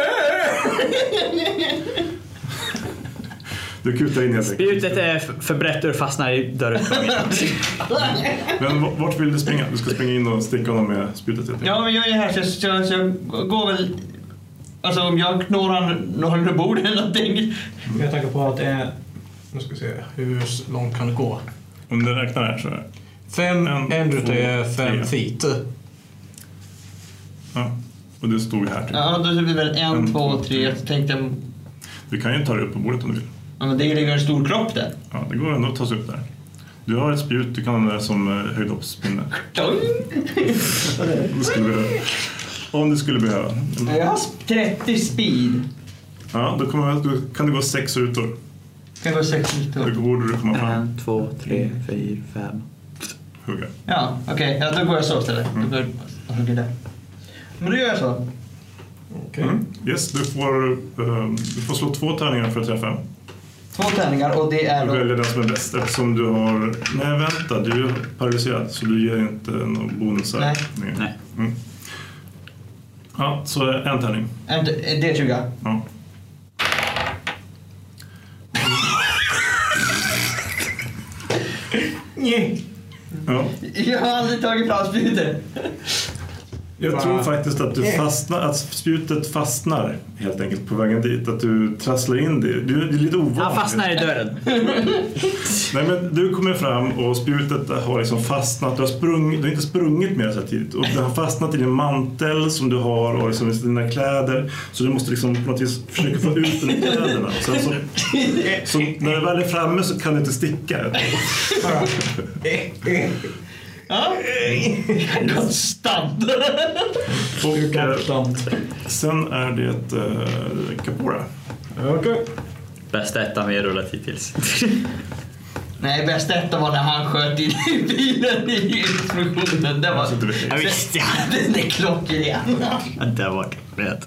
Du kutar in helt enkelt. Spjutet är f- för brett och fastnar i dörrutgången. Men v- vart vill du springa? Du ska springa in och sticka honom med spjutet helt enkelt. Ja, men jag är här så jag, så jag, så jag går väl... Alltså om jag når han når under bordet eller någonting. Jag tänker på att det är... Nu ska vi se. Hur långt kan det gå? Om du räknar här så är det. Fem, En, en ruta två, är fem tre. feet. Ja. Och det stod här typ. Ja, då är det väl en, En, två, två, tre. Jag tänkte... Du kan ju ta dig upp på bordet om du vill. Ja, men det är ju en stor kropp där. Ja, det går ändå att ta sig upp där. Du har ett spjut, du kan använda det som eh, höjdhoppspinne. Om du skulle behöva. Om du skulle behöva. Jag har trettio speed. Ja, då, kommer, då kan det gå sex rutor. Kan gå sex Då minuter. borde du komma fram. En, två, tre, fyra, fem. Hugga. Ja, okej. Okay. Ja, då går jag så istället. Då går jag och hugger där. Men då gör jag så. Okej. Mm. Yes, du får, um, du får slå två tärningar för att träffa. Två tärningar och det är Du då... väljer den som är bäst eftersom du har... Nej, vänta, du är paralyserad så du ger inte någon bonus här. Nej. Nej. Mm. Ja, så en tärning. En D tjugo. Ja. Nej. Ja. Jag har aldrig tagit fram spjutet. Jag Va? tror faktiskt att, du fastnar, att spjutet fastnar helt enkelt på vägen dit. Att du trasslar in det. Du, det är lite ovanligt. Han fastnar i dörren. Nej, men du kommer fram och spjutet har liksom fastnat. Du har, sprung, du har inte sprungit mer så här tidigt. Och det har fastnat i din mantel som du har och liksom i dina kläder. Så du måste liksom på något vis försöka få ut den i kläderna. Sen så, så när du väl är framme så kan du inte sticka. Ja. Konstant. Och eh, Konstant. sen är det eh, Capora. Okej. Bästa ettan vi har rullat hittills. Nej, bästa ett var när han sköt in i bilen i instruktionen. Det var... Så inte vet Ja, jag. visst ja. Den är klockren. Det var rätt.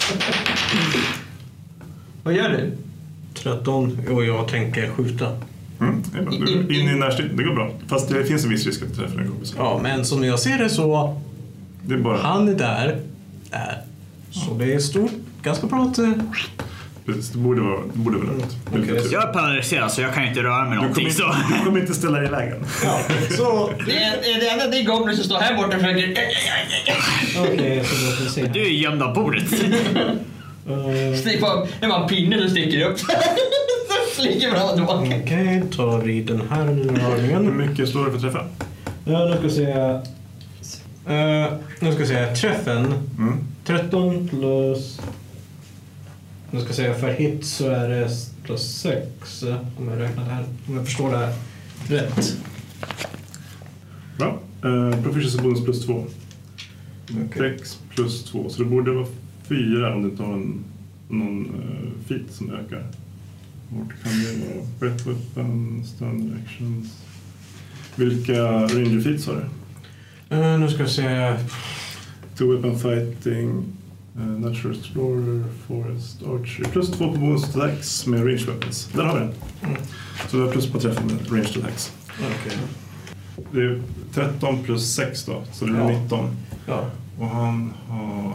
Vad gör du? tretton och jag tänker skjuta. Mm, det är bra. Du, in i närstrid, det går bra. Fast det finns en viss risk att du träffar en kompis. Ja, men som jag ser det så... Det är bara... Han är där. Där. Så det är stort. Ganska bra att... eh, Precis, det borde vara, det borde vara rätt. Det är lite tur. Jag är paralyserad så jag kan inte röra mig Du kommer, någonting. inte, Så. du kommer inte ställa dig i vägen. Ja, så... Det är det enda det är Goblin som står här borta och försöker... Okej, så låt oss se. Du är gömd av bordet. Eh, Stick på, det var en pinne som sticker upp. Så flyger fram och tillbaka. Okej, tar vi den här Hur rörningen. mycket står det för träffa? Ja, nu ska vi se. Uh, nu ska vi se. Träffen. Mm. tretton plus... Nu ska jag säga för hit så är det plus sex. Om jag räknar det här. Om jag förstår det här rätt. Bra. Uh, Proficiency bonus plus två. Okej. sex plus två. Så det borde vara fyra om du inte har en, någon uh, feat som ökar. Vart kan det vara? Breath weapon, standard actions. Vilka ranger feats har du? Uh, nu ska vi se. Two weapon fighting, uh, natural explorer, forest, archery. Plus två på bonus attacks med range weapons. Där har vi den. Mm. Så du har plus på träffen med range attacks. Okej. Det är tretton plus sex då, så det är Ja. nitton. Ja. Och han har...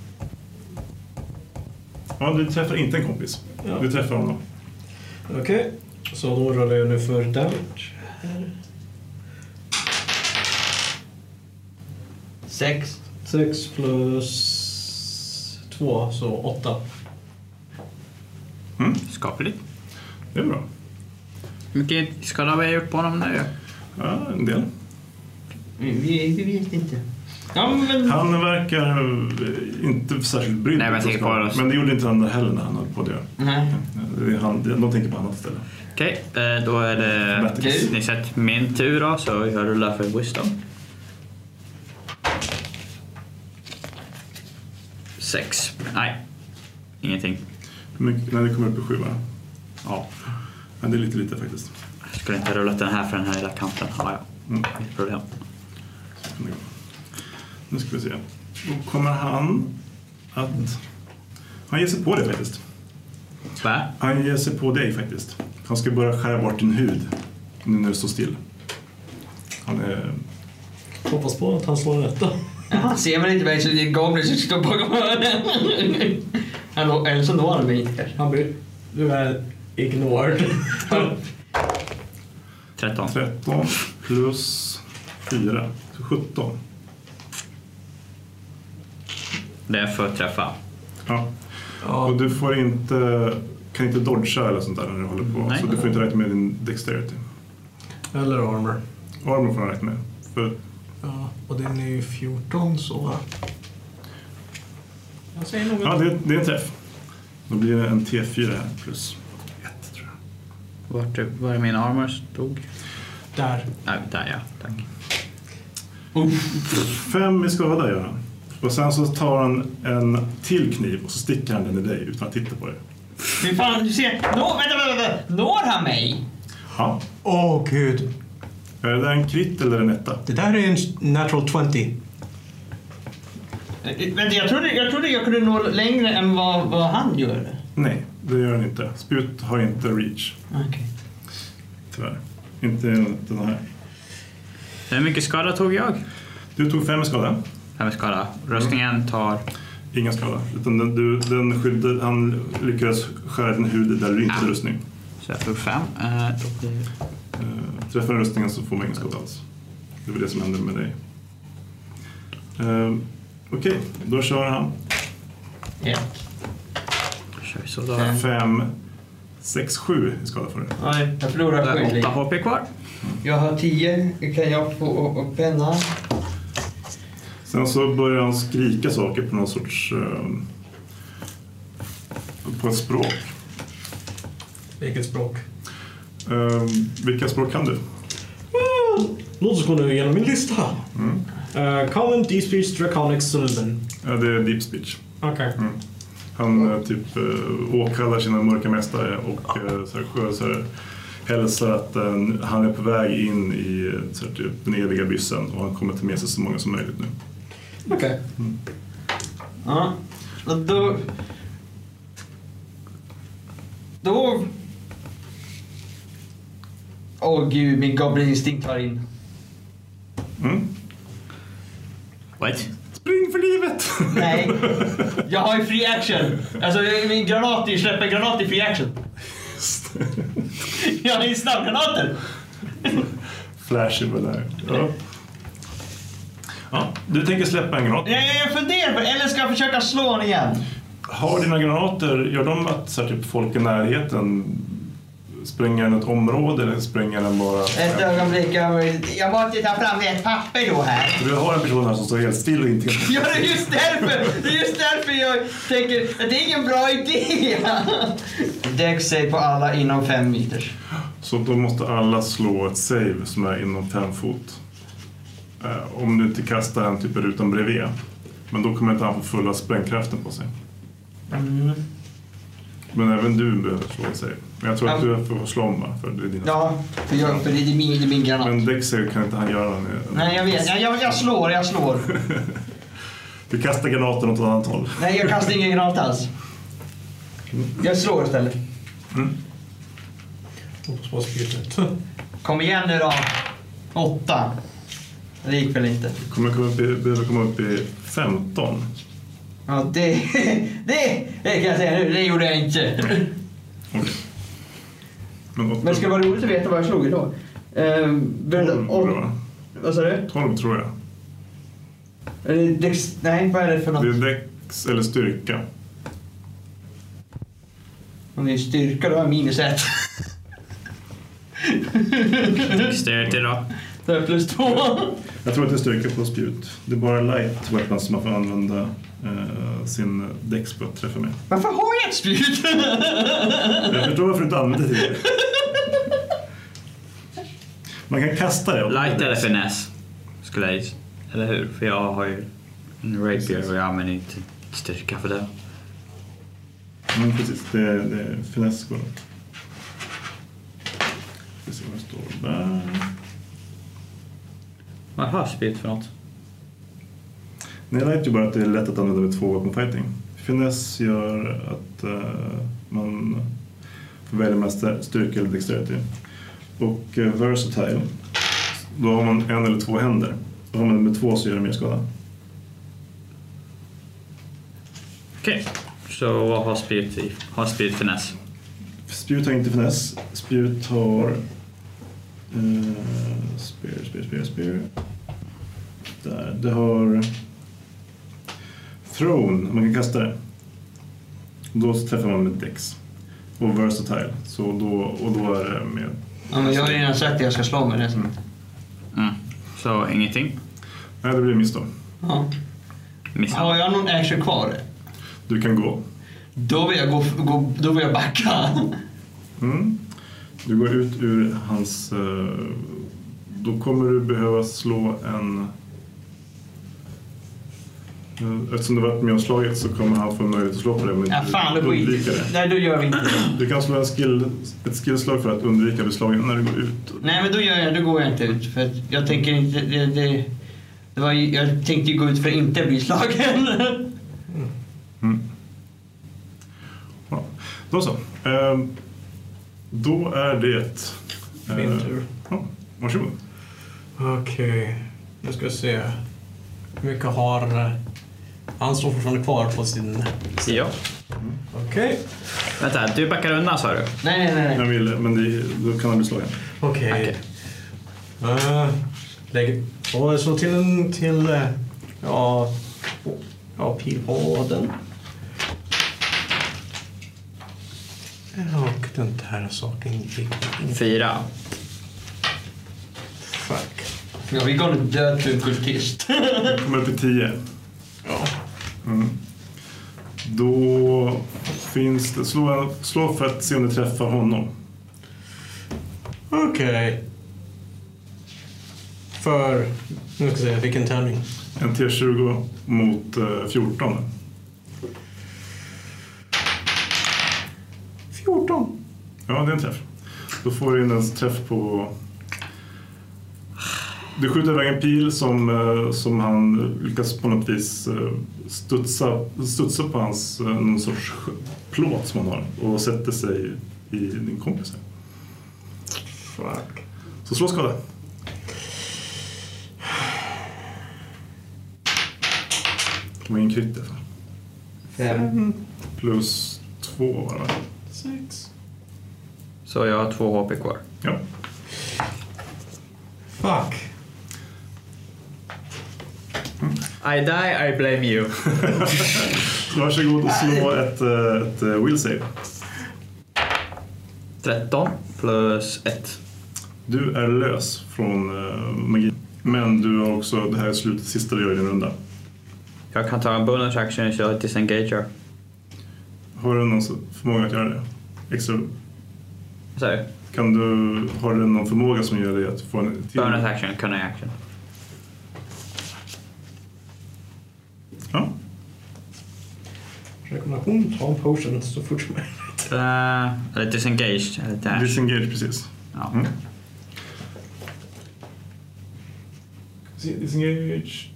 Ja, du träffar inte en kompis. Ja. Du träffar honom. Okej. Så då rullar jag nu för damage. Här. Sex. sex plus två, så åtta. Mm, Skapligt. det är bra. Hur mycket skada har vi gjort på honom nu? Ja, en del. Vi, vi, vi vet inte. Ja, men... Han verkar inte särskilt brydd. Nej, men, jag på det. Men det gjorde inte han heller när han höll på det. Nej. Han, de tänker på annat ställe. Okej, okay, då är det... Okay. Ni sett min tur då, så jag rullar för wisdom. Sex. Nej, ingenting. Hur mycket? Nej, det kommer upp i sju, va? Ja. Ja, det är lite lite faktiskt. Jag skulle inte ha rullat den här för den här lilla kanten. Ja, ja. Mm. Inget problem. Nu ska vi se. Då kommer han att... Han ger sig på det faktiskt. Va? Han ger sig på dig faktiskt. Han ska börja skära bort din hud nu när du står still. Han är... Hoppas på att han slår rätt då. Han ser väl inte mig så det är Goblin som står bakom hörnen. Eller så når han mig inte. Han blir... Du är ignored. tretton. tretton plus fyra. Så sjutton. Det är för att träffa. Ja. Ja. Och du får inte... Kan inte dodga eller sånt där när du håller på. Nej. Så du får inte räkna med din dexterity. Eller armor. Armor får du räkna med. För... Ja, och den är ju fjorton så... Jag säger nog... Ja, det, det är en träff. Då blir det en T fyra här plus ett, tror jag. Vart är, var är min armor stod? Där. Nej, där ja, tack. Uh. Fem i skada gör han. Och sen så tar han en till kniv och så sticker han den i dig utan att titta på det. Fy fan, du ser... Nå, vänta, vänta, vänta. Når han mig? Ja. Åh, oh, gud. Är det där en krit eller en etta? Det där är en natural twenty. Vänta, jag trodde, jag trodde jag kunde nå längre än vad, vad han gör. Nej, det gör han inte. Spjut har inte reach. Okej. Okay. Tyvärr. Inte den här. Hur mycket skada tog jag? Du tog fem i skada. Fem skada. Röstningen tar... Ingen skada. Utan den, du, den skyddade, han lyckades skära din hud där du inte hade rustning. Så jag tog fem. Uh, då blir... Uh, träffar rustningen så får man ingen skada alls. Det var det som hände med dig. Uh, Okej, okay, då kör han. Ett. Kör vi så då. Fem, sex, sju i skada för det. Nej, jag förlorar Det sju är liv. åtta H P kvar. Jag har tio. Kan jag få och penna? Sen så börjar han skrika saker på någon sorts... Uh, på ett språk. Vilket språk? Uh, vilka språk kan du? Well, låt oss gå nu igenom min lista. Mm. Uh, common, Deep Speech, Draconic, Sylvan. Ja, det är Deep Speech. Okej. Okay. Mm. Han uh, typ uh, åkallar sina mörka mästare och uh, så här, så här, hälsar att uh, han är på väg in i så här, typ, den eviga byssen och han kommer ta med sig så många som möjligt nu. Okej. Okay. Mm. Ja. Och då... Då... Åh oh, gud, min goblin-instinkt var in. Mm. What? Spring för livet! Nej, jag har ju free action. Alltså min granat, jag släpper granat i free action. Jag har ju snabbgranater. Flashy på där. Ja. Ja, du tänker släppa en granat. Jag, jag funderar på, eller ska jag försöka slå honom igen? Har dina granater, gör de att så här, typ, folk i närheten spränger den ett område eller spränger den bara... Ett ögonblick, jag, jag måste ta fram ett papper då här. Du har en person här som står helt still och inte... Ja, det är just därför, det är just därför jag tänker att det är ingen bra idé. Dex save på alla inom fem meter. Så då måste alla slå ett save som är inom fem fot. Eh, om du inte kastar en typ rutan bredvid. Men då kommer inte han få fulla sprängkraften på sig. Mm. Men även du behöver slå ett save. Men jag tror att du får slå om, va? För det är dina. Ja, för, jag, för det är min, det är min granat. Men Dex save kan inte han göra. En, Nej, jag vet. Jag, jag, jag slår, jag slår. Du kastar granaten åt ett annat håll. Nej, jag kastar ingen granat alls. Jag slår istället. Mm. Hoppas på spjutet. Kom igen nu då. Åtta. Det gick väl inte. Du kommer komma upp i, behöver komma upp i femton. Ja, det, det, det kan jag säga nu. Det gjorde jag inte. Okay. Men, åtta, Men det ska vara roligt att veta vad jag slog idag. Ehm, tolv, och, tror jag. vad sa du? tolv tror jag. Dex, nej, vad är det för något? Det är Dex eller styrka. Om det är styrka, då har jag minus ett. Dexterity då. Det är plus två. Jag tror att det är styrka på spjut. Det är bara light weapons som man får använda eh, sin dex på att träffa med. Varför har jag ett spjut? Jag förstår varför du inte använder det till. Man kan kasta det. Light eller finess skulle jag gissa. Eller hur? För jag har ju en rapier och jag använder inte styrka för det. Mm, precis, det, det är finess går det. Vi ser vad det står där. Vad har spjut för något? Nej, light är ju bara att det är lätt att använda med två vapen fighting. Finess gör att uh, man får välja mellan styrka eller dexterity. Och uh, versatile, då har man en eller två händer. Då har man med två så gör det mer skada. Okej, okay. Så vad har spjut i? Har spjut finess? Spjut har inte finess. Spjut har uh, spear, spear, spear, spear. Där. Det har throne, man kan kasta det. Då träffar man med dex. Och versatile, så då, och då är det med... Ja, men jag har redan sagt att jag ska slå med det. Mm. Mm. Så ingenting? Nej, det blir miss då. Ja. Miss. Har jag någon action kvar? Du kan gå. Då vill jag, gå, gå, då vill jag backa. Mm. Du går ut ur hans... Uh, då kommer du behöva slå en... Eftersom du varit med och slagit så kommer han få möjlighet att slå på det. Men ja, fan, då undvika det. Nej, då gör vi inte det. Du kan slå en skill, ett skillslag för att undvika att bli slagen när du går ut. Nej, men då, gör jag, då går jag inte ut. För att jag tänker inte... Det, det, det var, jag tänkte ju gå ut för att inte bli slagen. Mm. Ja. Då så. Ehm, då är det... Min tur. Ja, varsågod. Okej, okay. Nu ska vi se. Hur mycket har han står fortfarande kvar på sin... Ja. Okej. Okay. Vänta, du backar undan sa du? Nej, nej, nej. Jag vill, men det, då kan han bli slagen. Okej. Okay. Okay. Uh, lägg... Och så till en... Till... Uh, ja... Ja, pil på den. Och den här saken gick... Fyra. Fuck. Ja, vi går en död till en kultist. Jag kommer upp i tio. Ja. Mm. Då finns det... Slå, slå för att se om du träffar honom. Okej. Okay. För... Nu ska jag se, vilken tärning? En T tjugo mot uh, fjorton. fjorton? Ja, det är en träff. Då får du in en träff på... Du skjuter iväg en pil som, uh, som han lyckas på något vis uh, studsa, studsa på hans uh, någon sorts plåt som han har och sätter sig i din kompis. Fuck. Så slå skada. Det var ingen krit i alla fall. Fem. Plus två var det, va? Sex. Så jag har två H P kvar. Ja. Fuck. I die, I blame you. Varsågod och slå ett, ett, ett will save. tretton plus ett. Du är lös från uh, magi. Men du har också, det här är slutet, sista du gör i din runda. Jag kan ta en bonus action och köra disengager. Har du någon förmåga att göra det? Extra? Sorry. Kan du, har du någon förmåga som gör dig att få en till? Bonus action, cunning action. Ja. Rekommendation, ta en potion så fort som möjligt. Uh, eller disengaged, eller dash. Disengage, precis. Ja. Mm. Disengage.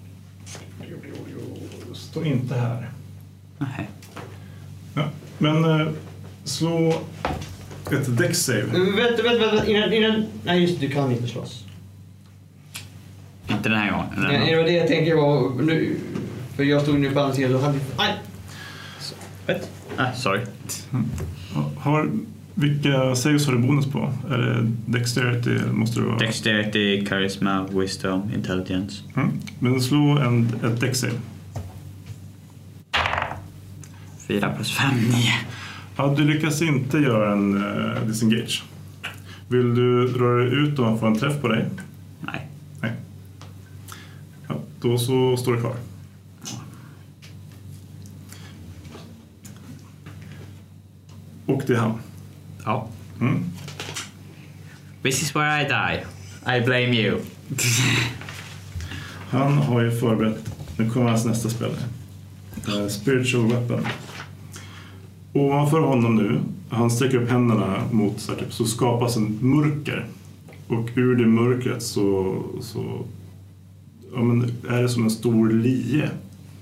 Står inte här. Nej. Ja. Men uh, slå ett dex save. Mm, vänta, vänta, vänta. Innan, innan... Nej, just det, du kan inte slåss. Inte den här gången. Nej, det var det jag tänkte var nu. För jag stod nu balanserad och hade... Aj! Vet? Ah, sorry. Mm. Har, vilka saves har du bonus på? Är det dexterity? Måste du ha... Dexterity, charisma, wisdom, intelligence. Mm. Men slå en, ett dex save. fyra plus fem, nio. Ja, du lyckas inte göra en uh, disengage. Vill du dra dig ut och få en träff på dig? Nej. Då så står det kvar. Och det är han. Ja. Mm. This is where I die. I blame you. Han har ju förberett, nu kommer hans nästa spel. Uh, Spiritual Weapon. Ovanför honom nu, han sträcker upp händerna mot så, här, typ, så skapas en mörker. Och ur det mörkret så, så ja, men är det som en stor lie.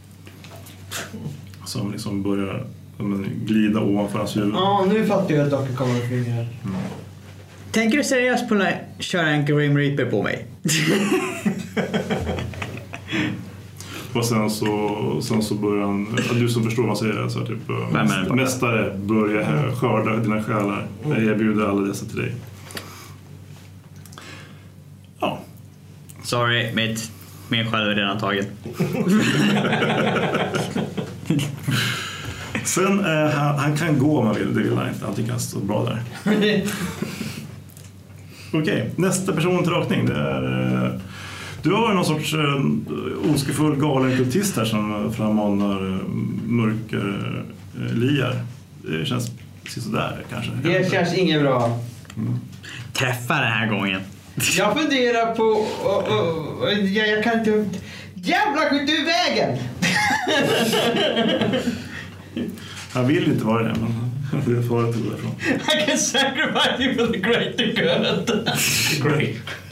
Som liksom börjar ja, men, glida ovanför hans huvud. Ja, nu fattar jag att Donkey kommer att fungera. Mm. Tänker du seriöst på att köra en Grim Reaper på mig? Och sen så, sen så börjar han, du som förstår vad man säger, så här, typ, mästare, mästare börjar skörda dina själar. Jag erbjuder alla dessa till dig. Ja. Sorry, mitt, min själ är redan tagen. Sen eh, han, han kan gå om man vill, det vill han inte. Han tycker han står bra där. Okej, okay, nästa person till rakning, det är... Eh, du har någon sorts eh, oskefull galen kultist här som frammanar eh, mörker eh, liar. Det känns sådär kanske. Det känns inget bra. Mm. Träffa den här gången. Jag funderar på... Och, och, och, jag, jag kan inte... Jävla skjut ur vägen! Han vill inte vara det, men det är farligt att gå därifrån. I can sacrifice you for the greater good. Great.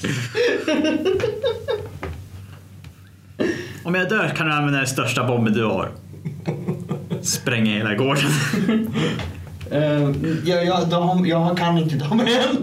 Om jag dör kan du använda den största bomben du har. Spränga hela gården. uh, jag, jag, de, jag kan inte dem än.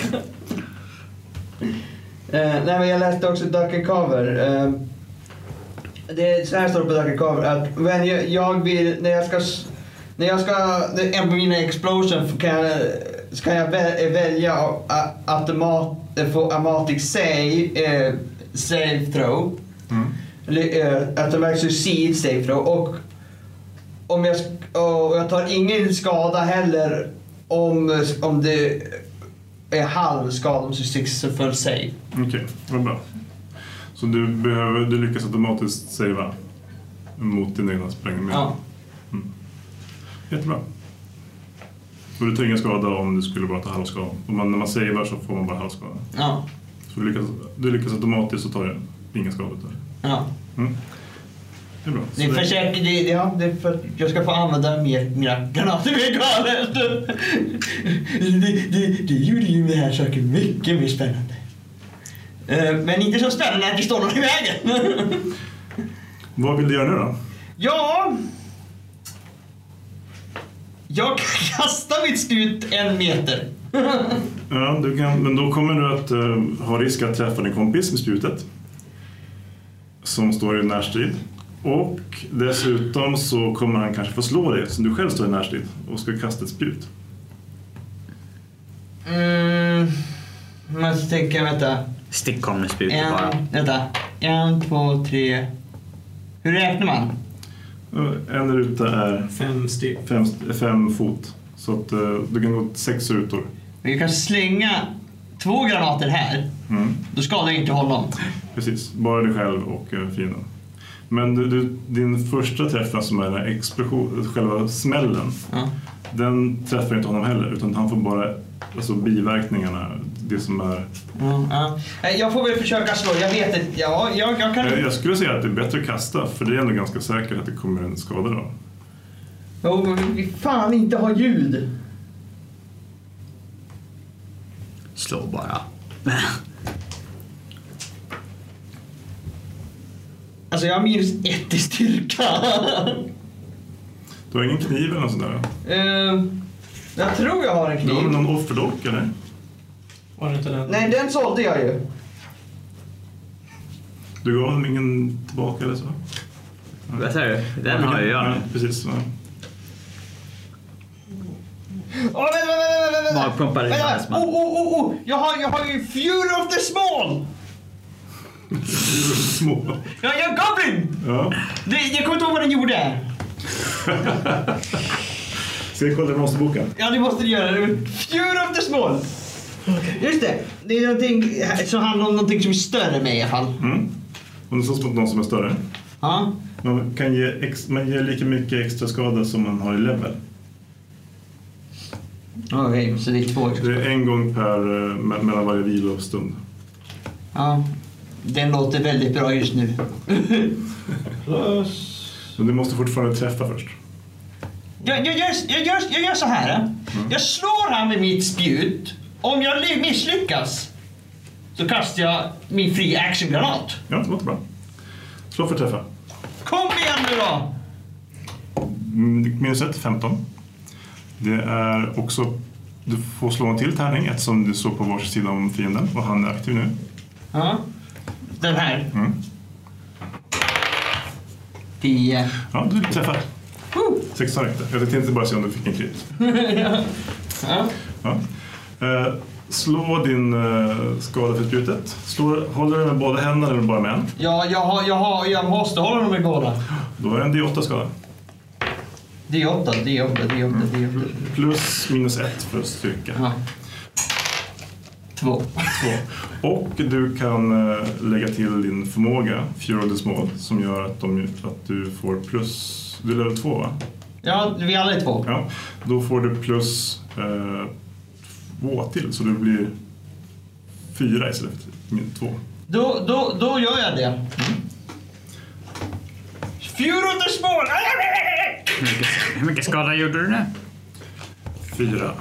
uh, nej, men jag läste också Dark Cover. Uh, det så här står det på Dark Cover att when jag, jag vill när jag ska när jag ska en på mina explosion kan jag, ska jag välja automat få automatic save uh, save throw. Mm. Automatic suicide save throw och om jag och jag tar ingen skada heller om om det är halv skada om successful save. Okej, okay, vad bra. Så du behöver du lyckas automatiskt savea mot din egna sprängning. Ja. Mm. Jättebra. Och du tar ingen skada om du skulle bara ta halvskada. Om man, när man savear så får man bara halvskada. Ja. Så du lyckas, du lyckas automatiskt så tar du ingen skada där. Ja. Mm. Det är bra. Det är, försöker, det, ja, det är för att jag ska få använda mer, mina granater mer galet. Det, det, det gjorde ju det här saken mycket mer spännande. Uh, men inte så spännande att det står någon i vägen. Vad vill du göra nu då? Ja... Jag kan kasta mitt spjut en meter. Ja, du kan, men då kommer du att uh, ha risk att träffa din kompis med spjutet. Som står i närstrid. Och dessutom så kommer han kanske få slå dig som du själv står i närstrid och ska kasta ett spjut. Mm, men så tänker jag, vänta. Stick kom med spjutet en, bara. Vänta, en, två, tre. Hur räknar man? En ruta är Fem steg. Fem, fem fot. Så att uh, du kan gå sex rutor. Vi kan slänga två granater här. Mm. Då skadar jag inte honom. Precis, bara dig själv och uh, fienden. Men du, du, din första träffen som är den här explosion, själva smällen, Ja. den träffar inte honom heller, utan han får bara alltså, biverkningarna, det som är... Mm, ja. Jag får väl försöka slå, jag vet inte. Ja, jag, jag kan... Jag, jag skulle säga att det är bättre att kasta, för det är ändå ganska säkert att det kommer en skada då. Jo, men vi fan inte ha ljud. Slå bara. Alltså jag har minus ett i styrka. Du har ingen kniv eller något sånt där? uh, Jag tror jag har en Du kniv. har någon offerdolk eller? Var det inte den? Nej, den sålde jag ju. Du gav dem ingen tillbaka eller så? Vad säger du? Den har ju jag. Ja, precis. Ja. Åh, vänta, vänta, vänta, vänta. Magpumpar i Vänta, halsman. oh, oh, oh, oh. Jag har, jag har ju Fury of the Small. Små. Ja, jag är Goblin. Ja. Det, jag kommer inte ihåg vad den gjorde. Ska vi kolla i monsterboken? Ja, det måste du göra. Fury of the Small. Just det. Det är någonting som handlar om någonting som är större med i alla fall. Mm. Om du slåss mot någon som är större. Ja. Man kan ge, ex, man ger lika mycket extra skada som man har i level. Okej, okay, så det är två extra. Det är en gång per, me, mellan varje vilostund. Ja, den låter väldigt bra just nu. Men du måste fortfarande träffa först. Jag, jag, gör, jag, gör, jag gör så här. Mm. Jag slår han med mitt spjut. Om jag misslyckas så kastar jag min free action-granat. Ja, det låter bra. Slå för träffa. Kom igen nu då! Minus ett, femton. Det är också... Du får slå en till tärning eftersom du står på varsin sida om fienden. Och han är aktiv nu. Ja, den här. Mm. tio. Ja, du träffar. Uh. sexton räckte. Jag tänkte inte bara se om du fick en krit. Ja. Ja. Ja. Eh, slå din eh, skada för spjutet. Slå, håller du med båda händerna eller bara med en? Ja, jag, har, jag, har, jag måste hålla dem med båda. Då är det en D åtta skada. D åtta, D åtta, D åtta, D åtta. Plus minus ett för styrka. Ja. Två. Två. Och du kan eh, lägga till din förmåga, Fury of the Small, som gör att, de, att du får plus... Du är level två, va? Ja, vi alla är två. Ja, då får du plus eh, två till, så du blir fyra istället för två. Då, då, då gör jag det. Mm. Fury of the Small! Hur mycket, hur mycket skada gjorde du nu? Fyra.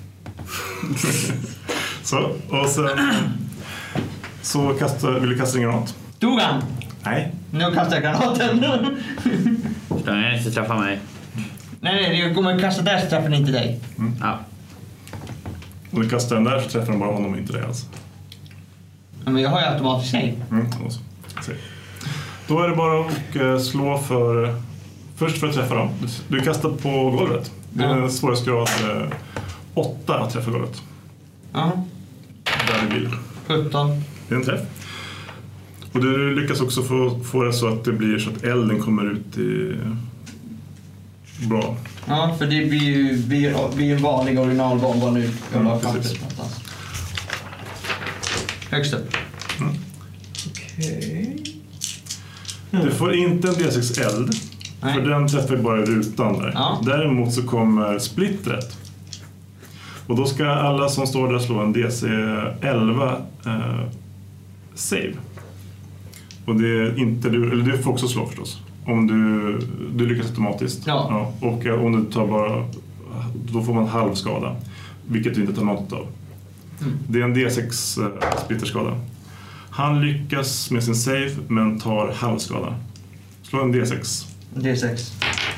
Så, och sen... Så kasta, vill du kasta en granat? Tog han? Nej. Nu kastar jag granaten. Ska ni inte träffa mig? Nej, nej, jag kommer kasta där så träffar ni inte dig. Mm. Ja. Om du kastar den där så träffar de bara honom och inte dig alls. Ja, men jag har ju automatiskt save. Mm, och så. Då är det bara att uh, slå för... Först för att träffa dem. Du, du kastar på golvet. Det är Ja. den svårighetsgrad uh, åtta att träffa golvet. Ja. Där du vill. sjutton. Det är en träff. Och du lyckas också få, få det så att det blir så att elden kommer ut i... Bra. Ja, för det blir ju blir, blir en vanlig originalbomb nu. Jag Mm, la fram precis. det någonstans. Högst upp. Mm. Okej. Du får inte en D sex eld. Nej. För den träffar ju bara rutan där. Ja. Däremot så kommer splittret. Och då ska alla som står där slå en D C elva eh, save. Och det är inte du, eller du får också slå förstås. Om du, du lyckas automatiskt. Ja. Ja, och eh, om du tar bara, då får man halv skada. Vilket du inte tar något av. Mm. Det är en D sex eh, splitterskada. Han lyckas med sin save men tar halv skada. Slå en D sex. D sex.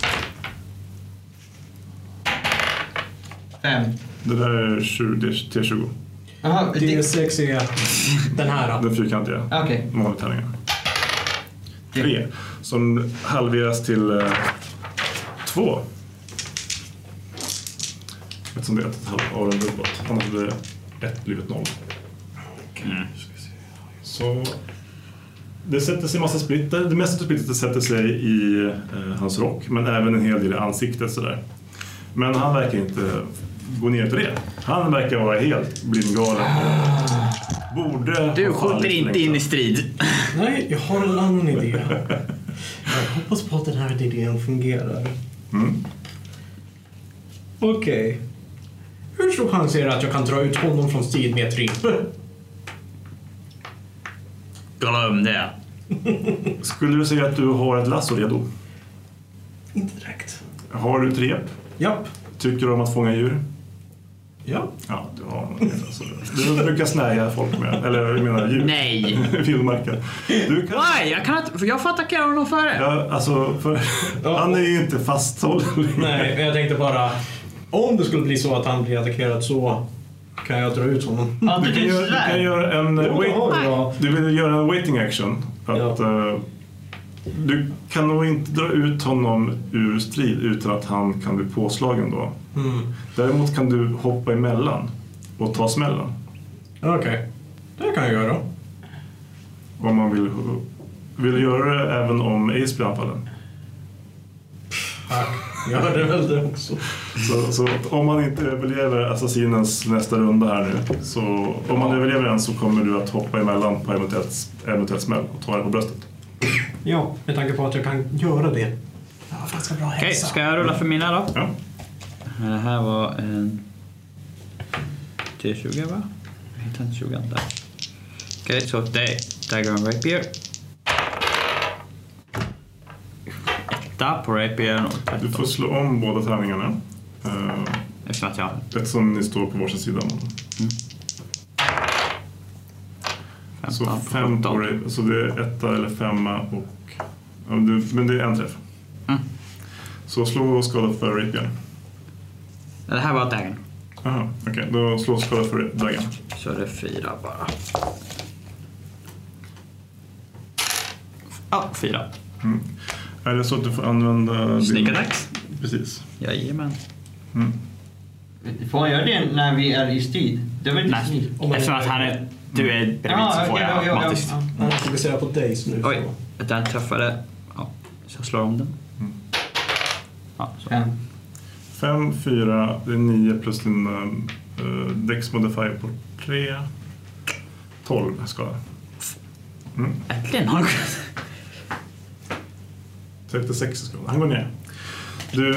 Fem. Det där är tjugo, T tjugo. Jaha, D det... sex är den här. Den fyrkantiga. Okej. Vanliga tärningen. Tre. Som halveras till eh, två. Eftersom det är ett halvt av en dubbelt. Annars hade ett blivit noll. Mm. Så det sätter sig massa splitter. Det mesta splitter sätter sig i eh, hans rock. Men även en hel del i ansiktet sådär. Men han verkar inte gå ner till det. Han verkar vara helt blindgalen. Borde Du ha fallit skjuter inte längre. in i strid. Nej, jag har en annan idé. Jag hoppas på att den här idén fungerar. Mm. Okej. Hur stor chans är det att jag kan dra ut honom från strid med ett rep? Glöm det. Skulle du säga att du har ett lasso redo? Inte direkt. Har du ett rep? Japp. Tycker du om att fånga djur? Ja. Ja, du har något alltså. Du brukar snärja folk med, eller jag menar djur. Nej. Vildmarker. Du kan... Nej, jag kan inte, för jag får attackera honom före. Ja, alltså, för... han är ju inte fasthållen. Nej, men jag tänkte bara... Om det skulle bli så att han blir attackerad så kan jag dra ut honom. Ja, Du kan, göra, du kan göra en... Jo, det wait... har jag. Du vill göra en waiting action. Att, Ja. uh, du kan nog inte dra ut honom ur strid utan att han kan bli påslagen då. Mm. Däremot kan du hoppa emellan och ta smällen. Okej. Okay. Det kan jag göra. Om man vill, vill du göra det även om Ace blir anfallen. Tack. Jag hörde väl det också. Så, så om man inte överlever assassinens nästa runda här nu, så om man överlever den så kommer du att hoppa emellan på eventuellt, eventuellt smäll och ta det på bröstet. Ja, med tanke på att jag kan göra det. Ja, fan ska bra hälsa. Okej, ska jag rulla för mina då? Ja. Det här var en T tjugo, va? Jag hittar inte tjugo där. Okej, så det är Dagger and Rapier. Etta på Rapier. Du får slå om båda tärningarna. Uh, Eftersom att jag... Eftersom ni står på varsin sida. Mm. Så fem på Rapier. Så det är etta eller femma och... Ja, det, men det är en träff. Mm. Så slå skada för Rapier. Det här var Dagger. Jaha, okej. Okay. Då slå skada för Dagger. Så är det fyra bara. Ja, fyra. Mm. Eller så att du får använda... Sneak attacks? Precis. Jajamän. Mm. Får man göra det när vi är i strid? Det är väl inte Nej, sneak? eftersom att han är... Du är bredvid Ja, så får okej, jag ja, ja, automatiskt. ja. Han fokuserar på Days nu. Oj, Så. den träffade. Ja, så jag slår om den. Mm. Ja, så. Fem. Fem, fyra, det är nio plus din uh, Dex modifier på tre. Tolv skada. Mm. Äntligen har trettiosex skada. Han går ner. Du,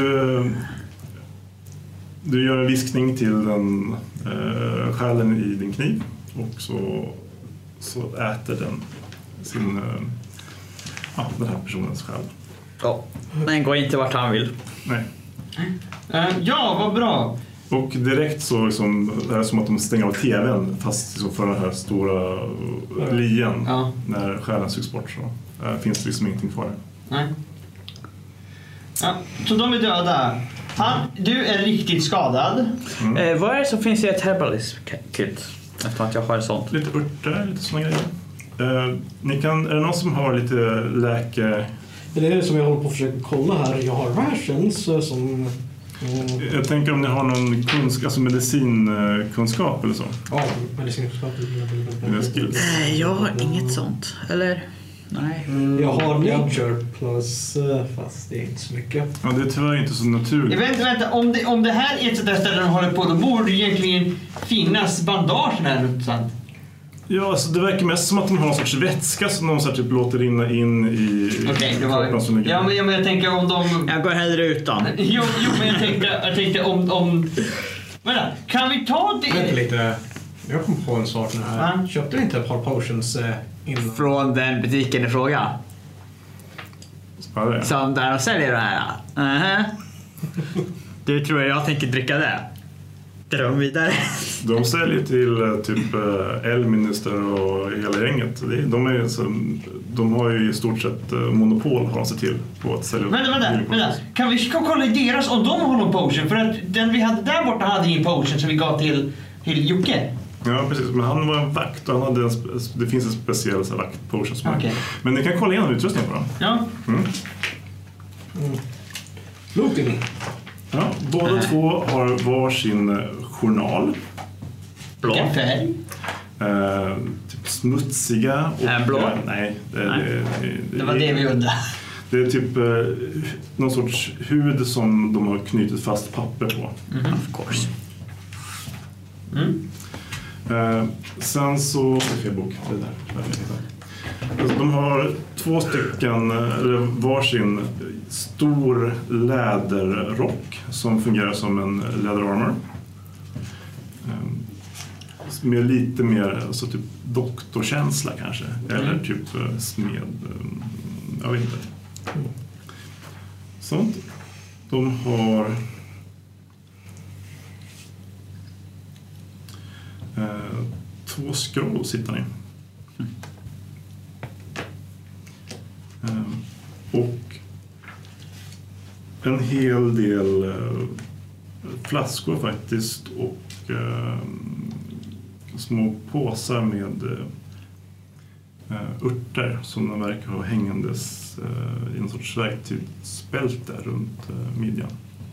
du gör en viskning till den uh, själen i din kniv. Och så, så äter den sin, uh, ja, den här personens själ. Ja, den går inte vart han vill. Nej. Uh, ja, vad bra. Och direkt så liksom, det är som att de stänger av tvn fast så för den här stora lien Ja. när själen sugs bort så äh, finns det liksom ingenting kvar. Nej. Ja, så de är döda. Han, du är riktigt skadad. Mm. Eh, vad är det som finns i ett herbalist kit? Eftersom att jag har ett sånt. Lite örter, lite såna grejer. Uh, ni kan, är det någon som har lite läke... Det är det som jag håller på att försöka kolla här. Jag har rations eh, som... Mm, Jag tänker om ni har någon kunskap, alltså medicinkunskap eller så. ja, medicinkunskap. Eller skills. Nej, jag har inget sånt. Eller? Nej. Mm, jag har nature plus, eh, fast det är inte så mycket. Ja, det är tyvärr inte så naturligt. Vänta, vänta. Om det, om det här är ett sådär ställe de håller på, då borde det egentligen finnas bandage här runt. Ja, alltså det verkar mest som att de har någon sorts vätska som de så här, typ låter rinna in i Okej, det var... kroppen som ligger. Ja, men, ja, men jag tänker om de... Jag går hellre utan. Jo, jo men jag tänkte, jag tänkte om... om... Vänta, kan vi ta det? Vänta lite. Jag kom på en sak nu här. Ja. Köpte du inte ett par potions eh, innan? Från den butiken i fråga. Ja, det är. Som där de säljer det här. Uh-huh. Du tror jag tänker dricka det? Dröm vidare. De säljer till eh, typ eh, Elminister och hela gänget. Det- De, är, så, de har ju i stort sett eh, monopol har de sig till på att sälja. Vänta, vänta, vänta. Kan vi ska kolla i deras om de har någon potion? För att den vi hade där borta hade en potion som vi gav till, till Jocke. Ja, precis. Men han var en vakt och han hade en, spe- det finns en speciell så här, vaktpotion som är. Okej. Men ni kan kolla igenom utrustningen på dem. Ja. Mm. Looting. Ja, båda Nej. två har var sin eh, journal. Blå. Vilken färg? Eh, typ smutsiga. Och, Äh, blå? eh, nej, det, Nej. Det, det, Det var det vi undrade. det är typ eh, någon sorts hud som de har knutit fast papper på. Of course. Mm. Eh, sen så... Fel bok. Det där. Det där jag hittade. Alltså, de har två stycken, eller varsin stor läderrock som fungerar som en läderarmor. Eh, med lite mer alltså typ doktorkänsla kanske. Eller Mm. typ eh, smed... eh, Jag vet inte. Sånt. De har... Eh, två scrolls hittar ni. Eh, och en hel del eh, flaskor faktiskt och eh, små påsar med eh, örter som de verkar ha hängandes eh, i en sorts verktygsbälte runt eh, midjan.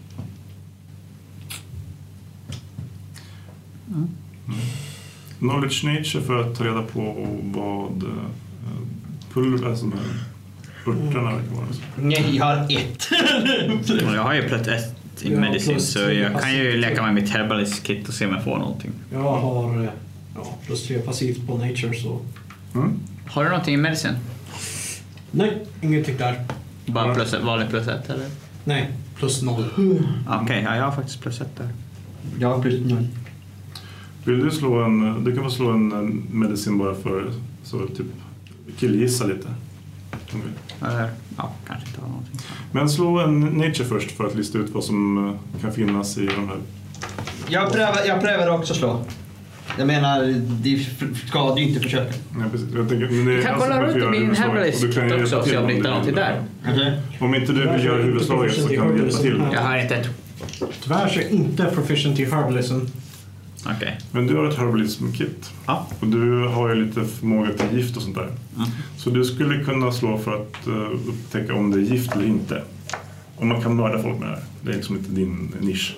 Mm. Knowledge nature för att ta reda på vad eh, pulver, alltså de här örterna verkar vara. Nej, jag har ett. Och jag har ju plötsligt ett i Ja, medicin plus så tre jag kan ju passivt. leka med mitt herbalist kit och se om jag får någonting. Jag har eh, ja, plus tre passivt på nature så... Mm. Har du någonting i medicin? Nej, ingenting där. Bara plus ett, vanlig plus ett eller? Nej, plus noll. Okej, okay, ja, jag har faktiskt plus ett där. Jag har plus noll. Vill du slå en, du kan få slå en medicin bara för så typ killgissa lite. Eller, ja, kanske inte har någonting. Men slå en nature först för att lista ut vad som kan finnas i de här. Jag prövar, jag prövar också slå. Jag menar, det skadar ju inte försöka. Ja, precis. Jag tänker, men det Du kan kolla runt i min herbalist också så jag blir någonting där. Okay. Om inte du vill göra huvudslaget så kan du hjälpa till. Jag har inte ett... Tyvärr så är jag inte proficient i herbalism. Okej. Okay. Men du har ett herbalism-kit. Ja. Och du har ju lite förmåga till gift och sånt där. Mm. Så du skulle kunna slå för att uh, upptäcka om det är gift eller inte. Om man kan mörda folk med det här. Det är liksom inte din nisch.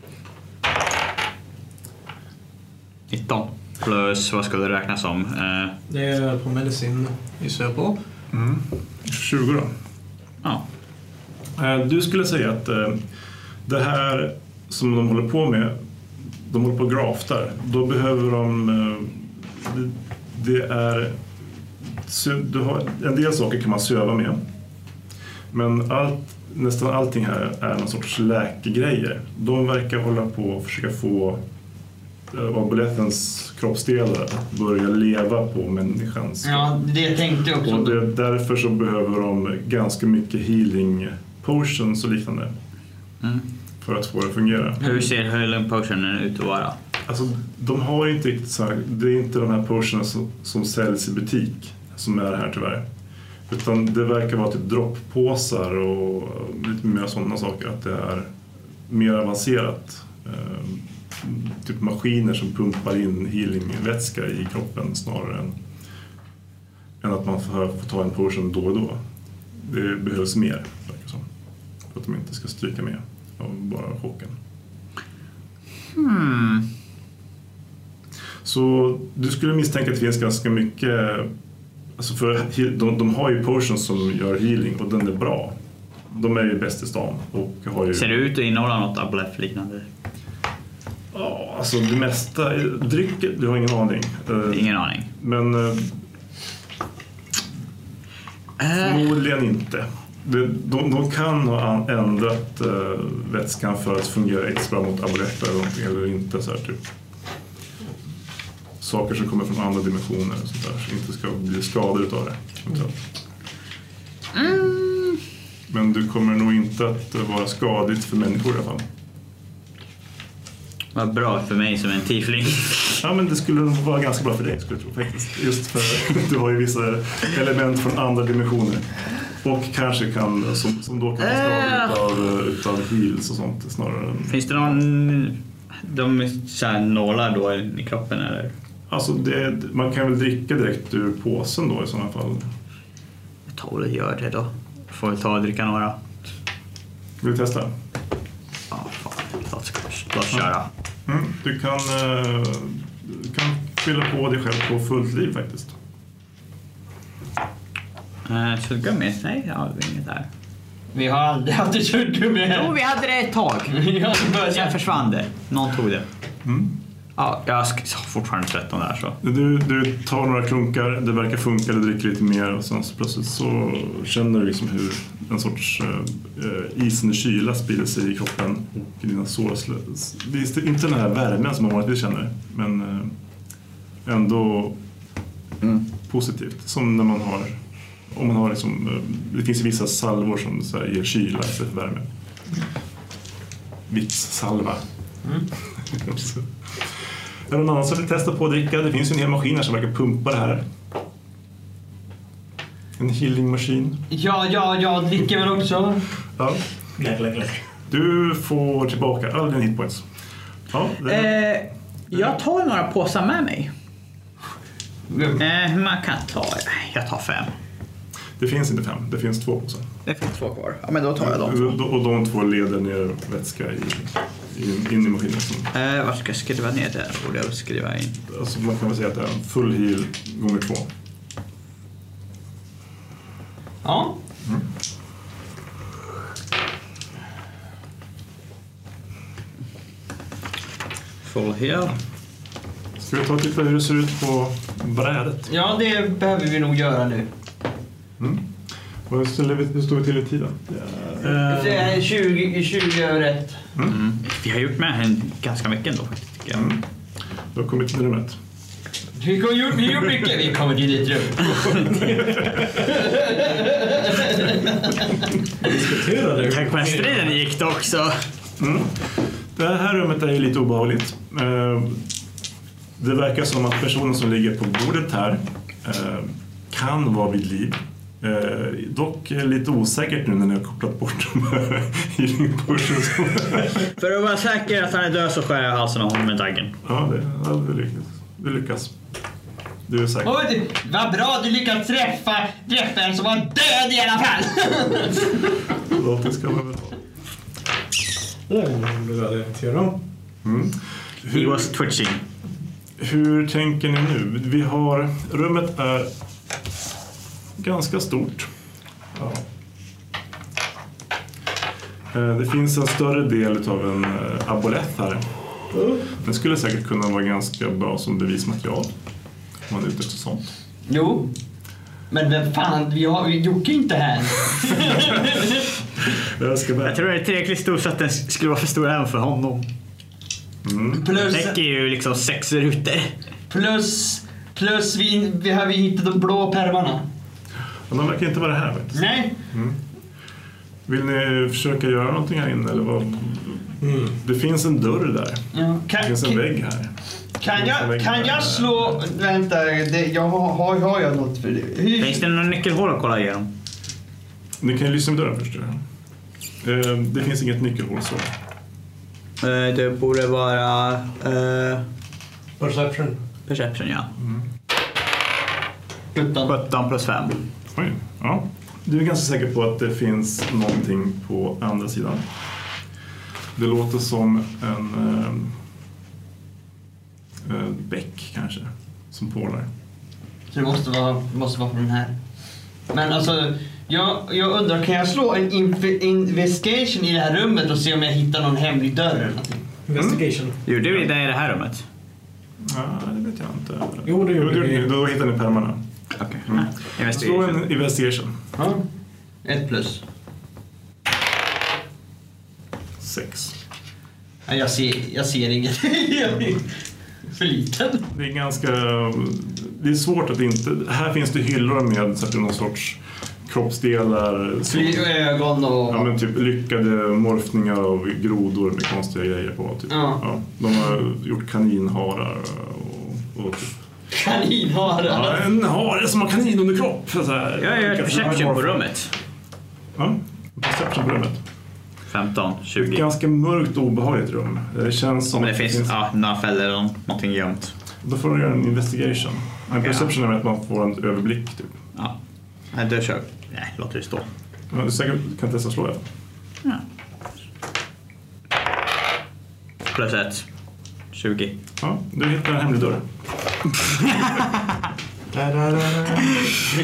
nitton. Plus, vad skulle det räknas som? Eh... Det är på medicin gissar jag på. Mm. tjugo då. Ja. Uh, du skulle säga att uh, det här som de håller på med, de håller på och graftar. Då behöver de... Uh, det, det är... Du har, en del saker kan man söva med. Men allt, nästan allting här är någon sorts läkegrejer. De verkar hålla på att försöka få amulettens kroppsdelar att börja leva på människans. Ja, det tänkte jag också. Och det, därför så behöver de ganska mycket healing potions och liknande. Mm. För att få det att fungera. Hur ser healing potionen ut att vara? Alltså, de har inte riktigt så här, det är inte de här potionerna som, som säljs i butik som är här tyvärr. Utan det verkar vara typ droppåsar och lite mer sådana saker, att det är mer avancerat. Ehm, typ maskiner som pumpar in healingvätska i kroppen snarare än, än att man får, får ta en potion då och då. Det behövs mer, verkar som. För att de inte ska stryka med av bara chocken. Hmm. Så du skulle misstänka att det finns ganska mycket, alltså för de, de har ju potions som gör healing och den är bra. De är ju bäst i stan och har ju... Ser det ut att innehålla något ablef liknande? Ja, alltså det mesta, drycket, du har ingen aning. Ingen aning. Men uh, förmodligen inte. De, de, de kan ha ändrat uh, vätskan för att fungera extra mot amuletter eller någonting, eller inte så här typ. Saker som kommer från andra dimensioner och sånt där, som inte ska bli skadade utav det. Mm. Men du kommer nog inte att vara skadligt för människor i alla fall. Vad bra för mig som en tiefling. Ja, men det skulle vara ganska bra för dig, skulle jag tro faktiskt. Just för att du har ju vissa element från andra dimensioner. Och kanske kan, som, som då kan vara skadligt utav, utav heals och sånt snarare. Finns det någon... De så här nålar då i kroppen eller? Alltså det, man kan väl dricka direkt ur påsen då i sådana fall. Jag tror det gör det då. Får vi ta och dricka några. Vill du testa? Ja, fan. Låt, låt köra. Mm, du kan, du kan fylla på dig själv på fullt liv faktiskt. Uh, suddgummi? Nej, jag har inget där. Vi har aldrig haft ett suddgummi här. Jo, vi hade det ett tag. Ja, sen försvann det. Någon tog det. Mm. Ja, jag har fortfarande tretton där så. Du, du tar några klunkar, det verkar funka, du dricker lite mer och sen så plötsligt så känner du liksom hur en sorts uh, isen och kyla sprider sig i kroppen och i dina sår. Det är inte den här värmen som man vanligtvis känner, men uh, ändå mm. positivt. Som när man har, om man har liksom, uh, det finns vissa salvor som så här, ger kyla istället för värme. Vitssalva. Mm. Är det någon annan som vill testa på att dricka? Det finns ju en hel maskin här som verkar pumpa det här. En healing-maskin. Ja, ja, jag dricker väl också. Ja. Du får tillbaka alla dina hitpoints. Ja, eh, jag tar några påsar med mig. Eh, man kan ta... Jag tar fem. Det finns inte fem, det finns två påsar. Det finns två kvar. Ja, men då tar jag dem. Och de två leder ner vätska i... In, in i maskinen. Eh, vad ska jag skriva ner där? Borde jag skriva in? Alltså man kan väl säga att det är en full heal gånger två. Ja. Mm. Full heal. Ska vi ta och titta hur det ser ut på brädet? Ja, det behöver vi nog göra nu. Mm. Vad ställer vi, hur står vi till i tiden? Det är tjugo, tjugo över ett. Mm. Mm. Vi har gjort med henne ganska mycket ändå faktiskt, tycker jag. Mm. Du har kommit till rummet. Vi har gjort, vi har gjort mycket. Vi kommer till ditt rum. Diskuterade. Tänk på striden gick det också. Mm. Det här rummet är ju lite obehagligt. Eh, Det verkar som att personen som ligger på bordet här eh, kan vara vid liv. Eh, dock är lite osäkert nu när ni har kopplat bort de här healing potions. För att vara säker att han är död så skär jag halsen av honom med daggen. Ja, det, ja, det lyckas. Det lyckas. Du är säker. Oj, vad bra du lyckats träffa, träffa en som var död i alla fall. Låt det ska man väl ha. Det är blir väldigt om. Mm. He Hur, was twitching. hur tänker ni nu? Vi har, rummet är ganska stort. Ja. Eh, Det finns en större del av en eh, aboleth här. Den skulle säkert kunna vara ganska bra som bevismaterial. Om man är ute efter sånt. Jo, men vem fan, vi har vi Jocke inte här. Jag ska börja. Jag tror det är tillräckligt stor så att den skulle vara för stor även för honom. Mm. Den Plus, täcker ju liksom sex rutor. plus, plus vi, vi har vi hittat de blå pärmarna. Men de verkar inte vara här faktiskt. Nej, Mm. Vill ni försöka göra någonting här inne? Eller vad? Mm. Det finns en dörr där. ja, Det kan, finns en kan, vägg här. kan, jag, kan jag slå... Vänta, det, jag har, har, har jag något för det? Hur, Finns det någon nyckelhål att kolla igenom? Ni kan ju lyssna med dörren först. Eh, Det finns inget nyckelhål så. Eh, Det borde vara eh, Perception. perception, ja. sjutton. sjutton plus fem. Oj, ja. Du är ganska säker på att det finns någonting på andra sidan. Det låter som en eh, eh, bäck kanske, som pålar. Så det måste vara, måste vara på den här. Men alltså, jag, jag undrar, kan jag slå en inv- investigation i det här rummet och se om jag hittar någon hemlig dörr eller någonting? Investigation. Gjorde vi det i det här rummet? Ja, det vet jag inte. Jo, det gjorde vi. Då, då hittar ni pärmarna. Okej. Mm. Slå Investigation. en investigation. Ja. Ett plus. Sex. Ja, jag, ser, jag ser inget. Jag är för liten. Det är ganska... Det är svårt att inte... Här finns det hyllor med så att det är någon sorts kroppsdelar. Fly ögon och... Ja, men typ lyckade morfningar av grodor med konstiga grejer på. Typ. Ja. Ja, de har gjort kaninharar och... och typ. Kaninharar. Ja, en hare som har kanin under kropp. Så här. Jag gör ett perception på rummet. Ja, perception på rummet. femton, tjugo. Ganska mörkt och obehagligt rum. Det känns som Om det att finns ja, några fällor eller någonting gömt. Då får du göra en investigation. En Okej, perception är att man får en överblick. Typ. Ja. Nej, då kör Nej, låt det stå. Ja, du säkert kan testa slå det. Ja. Plus ett. tjugo. Ja, du hittar en hemlig dörr. Da, da, da, da.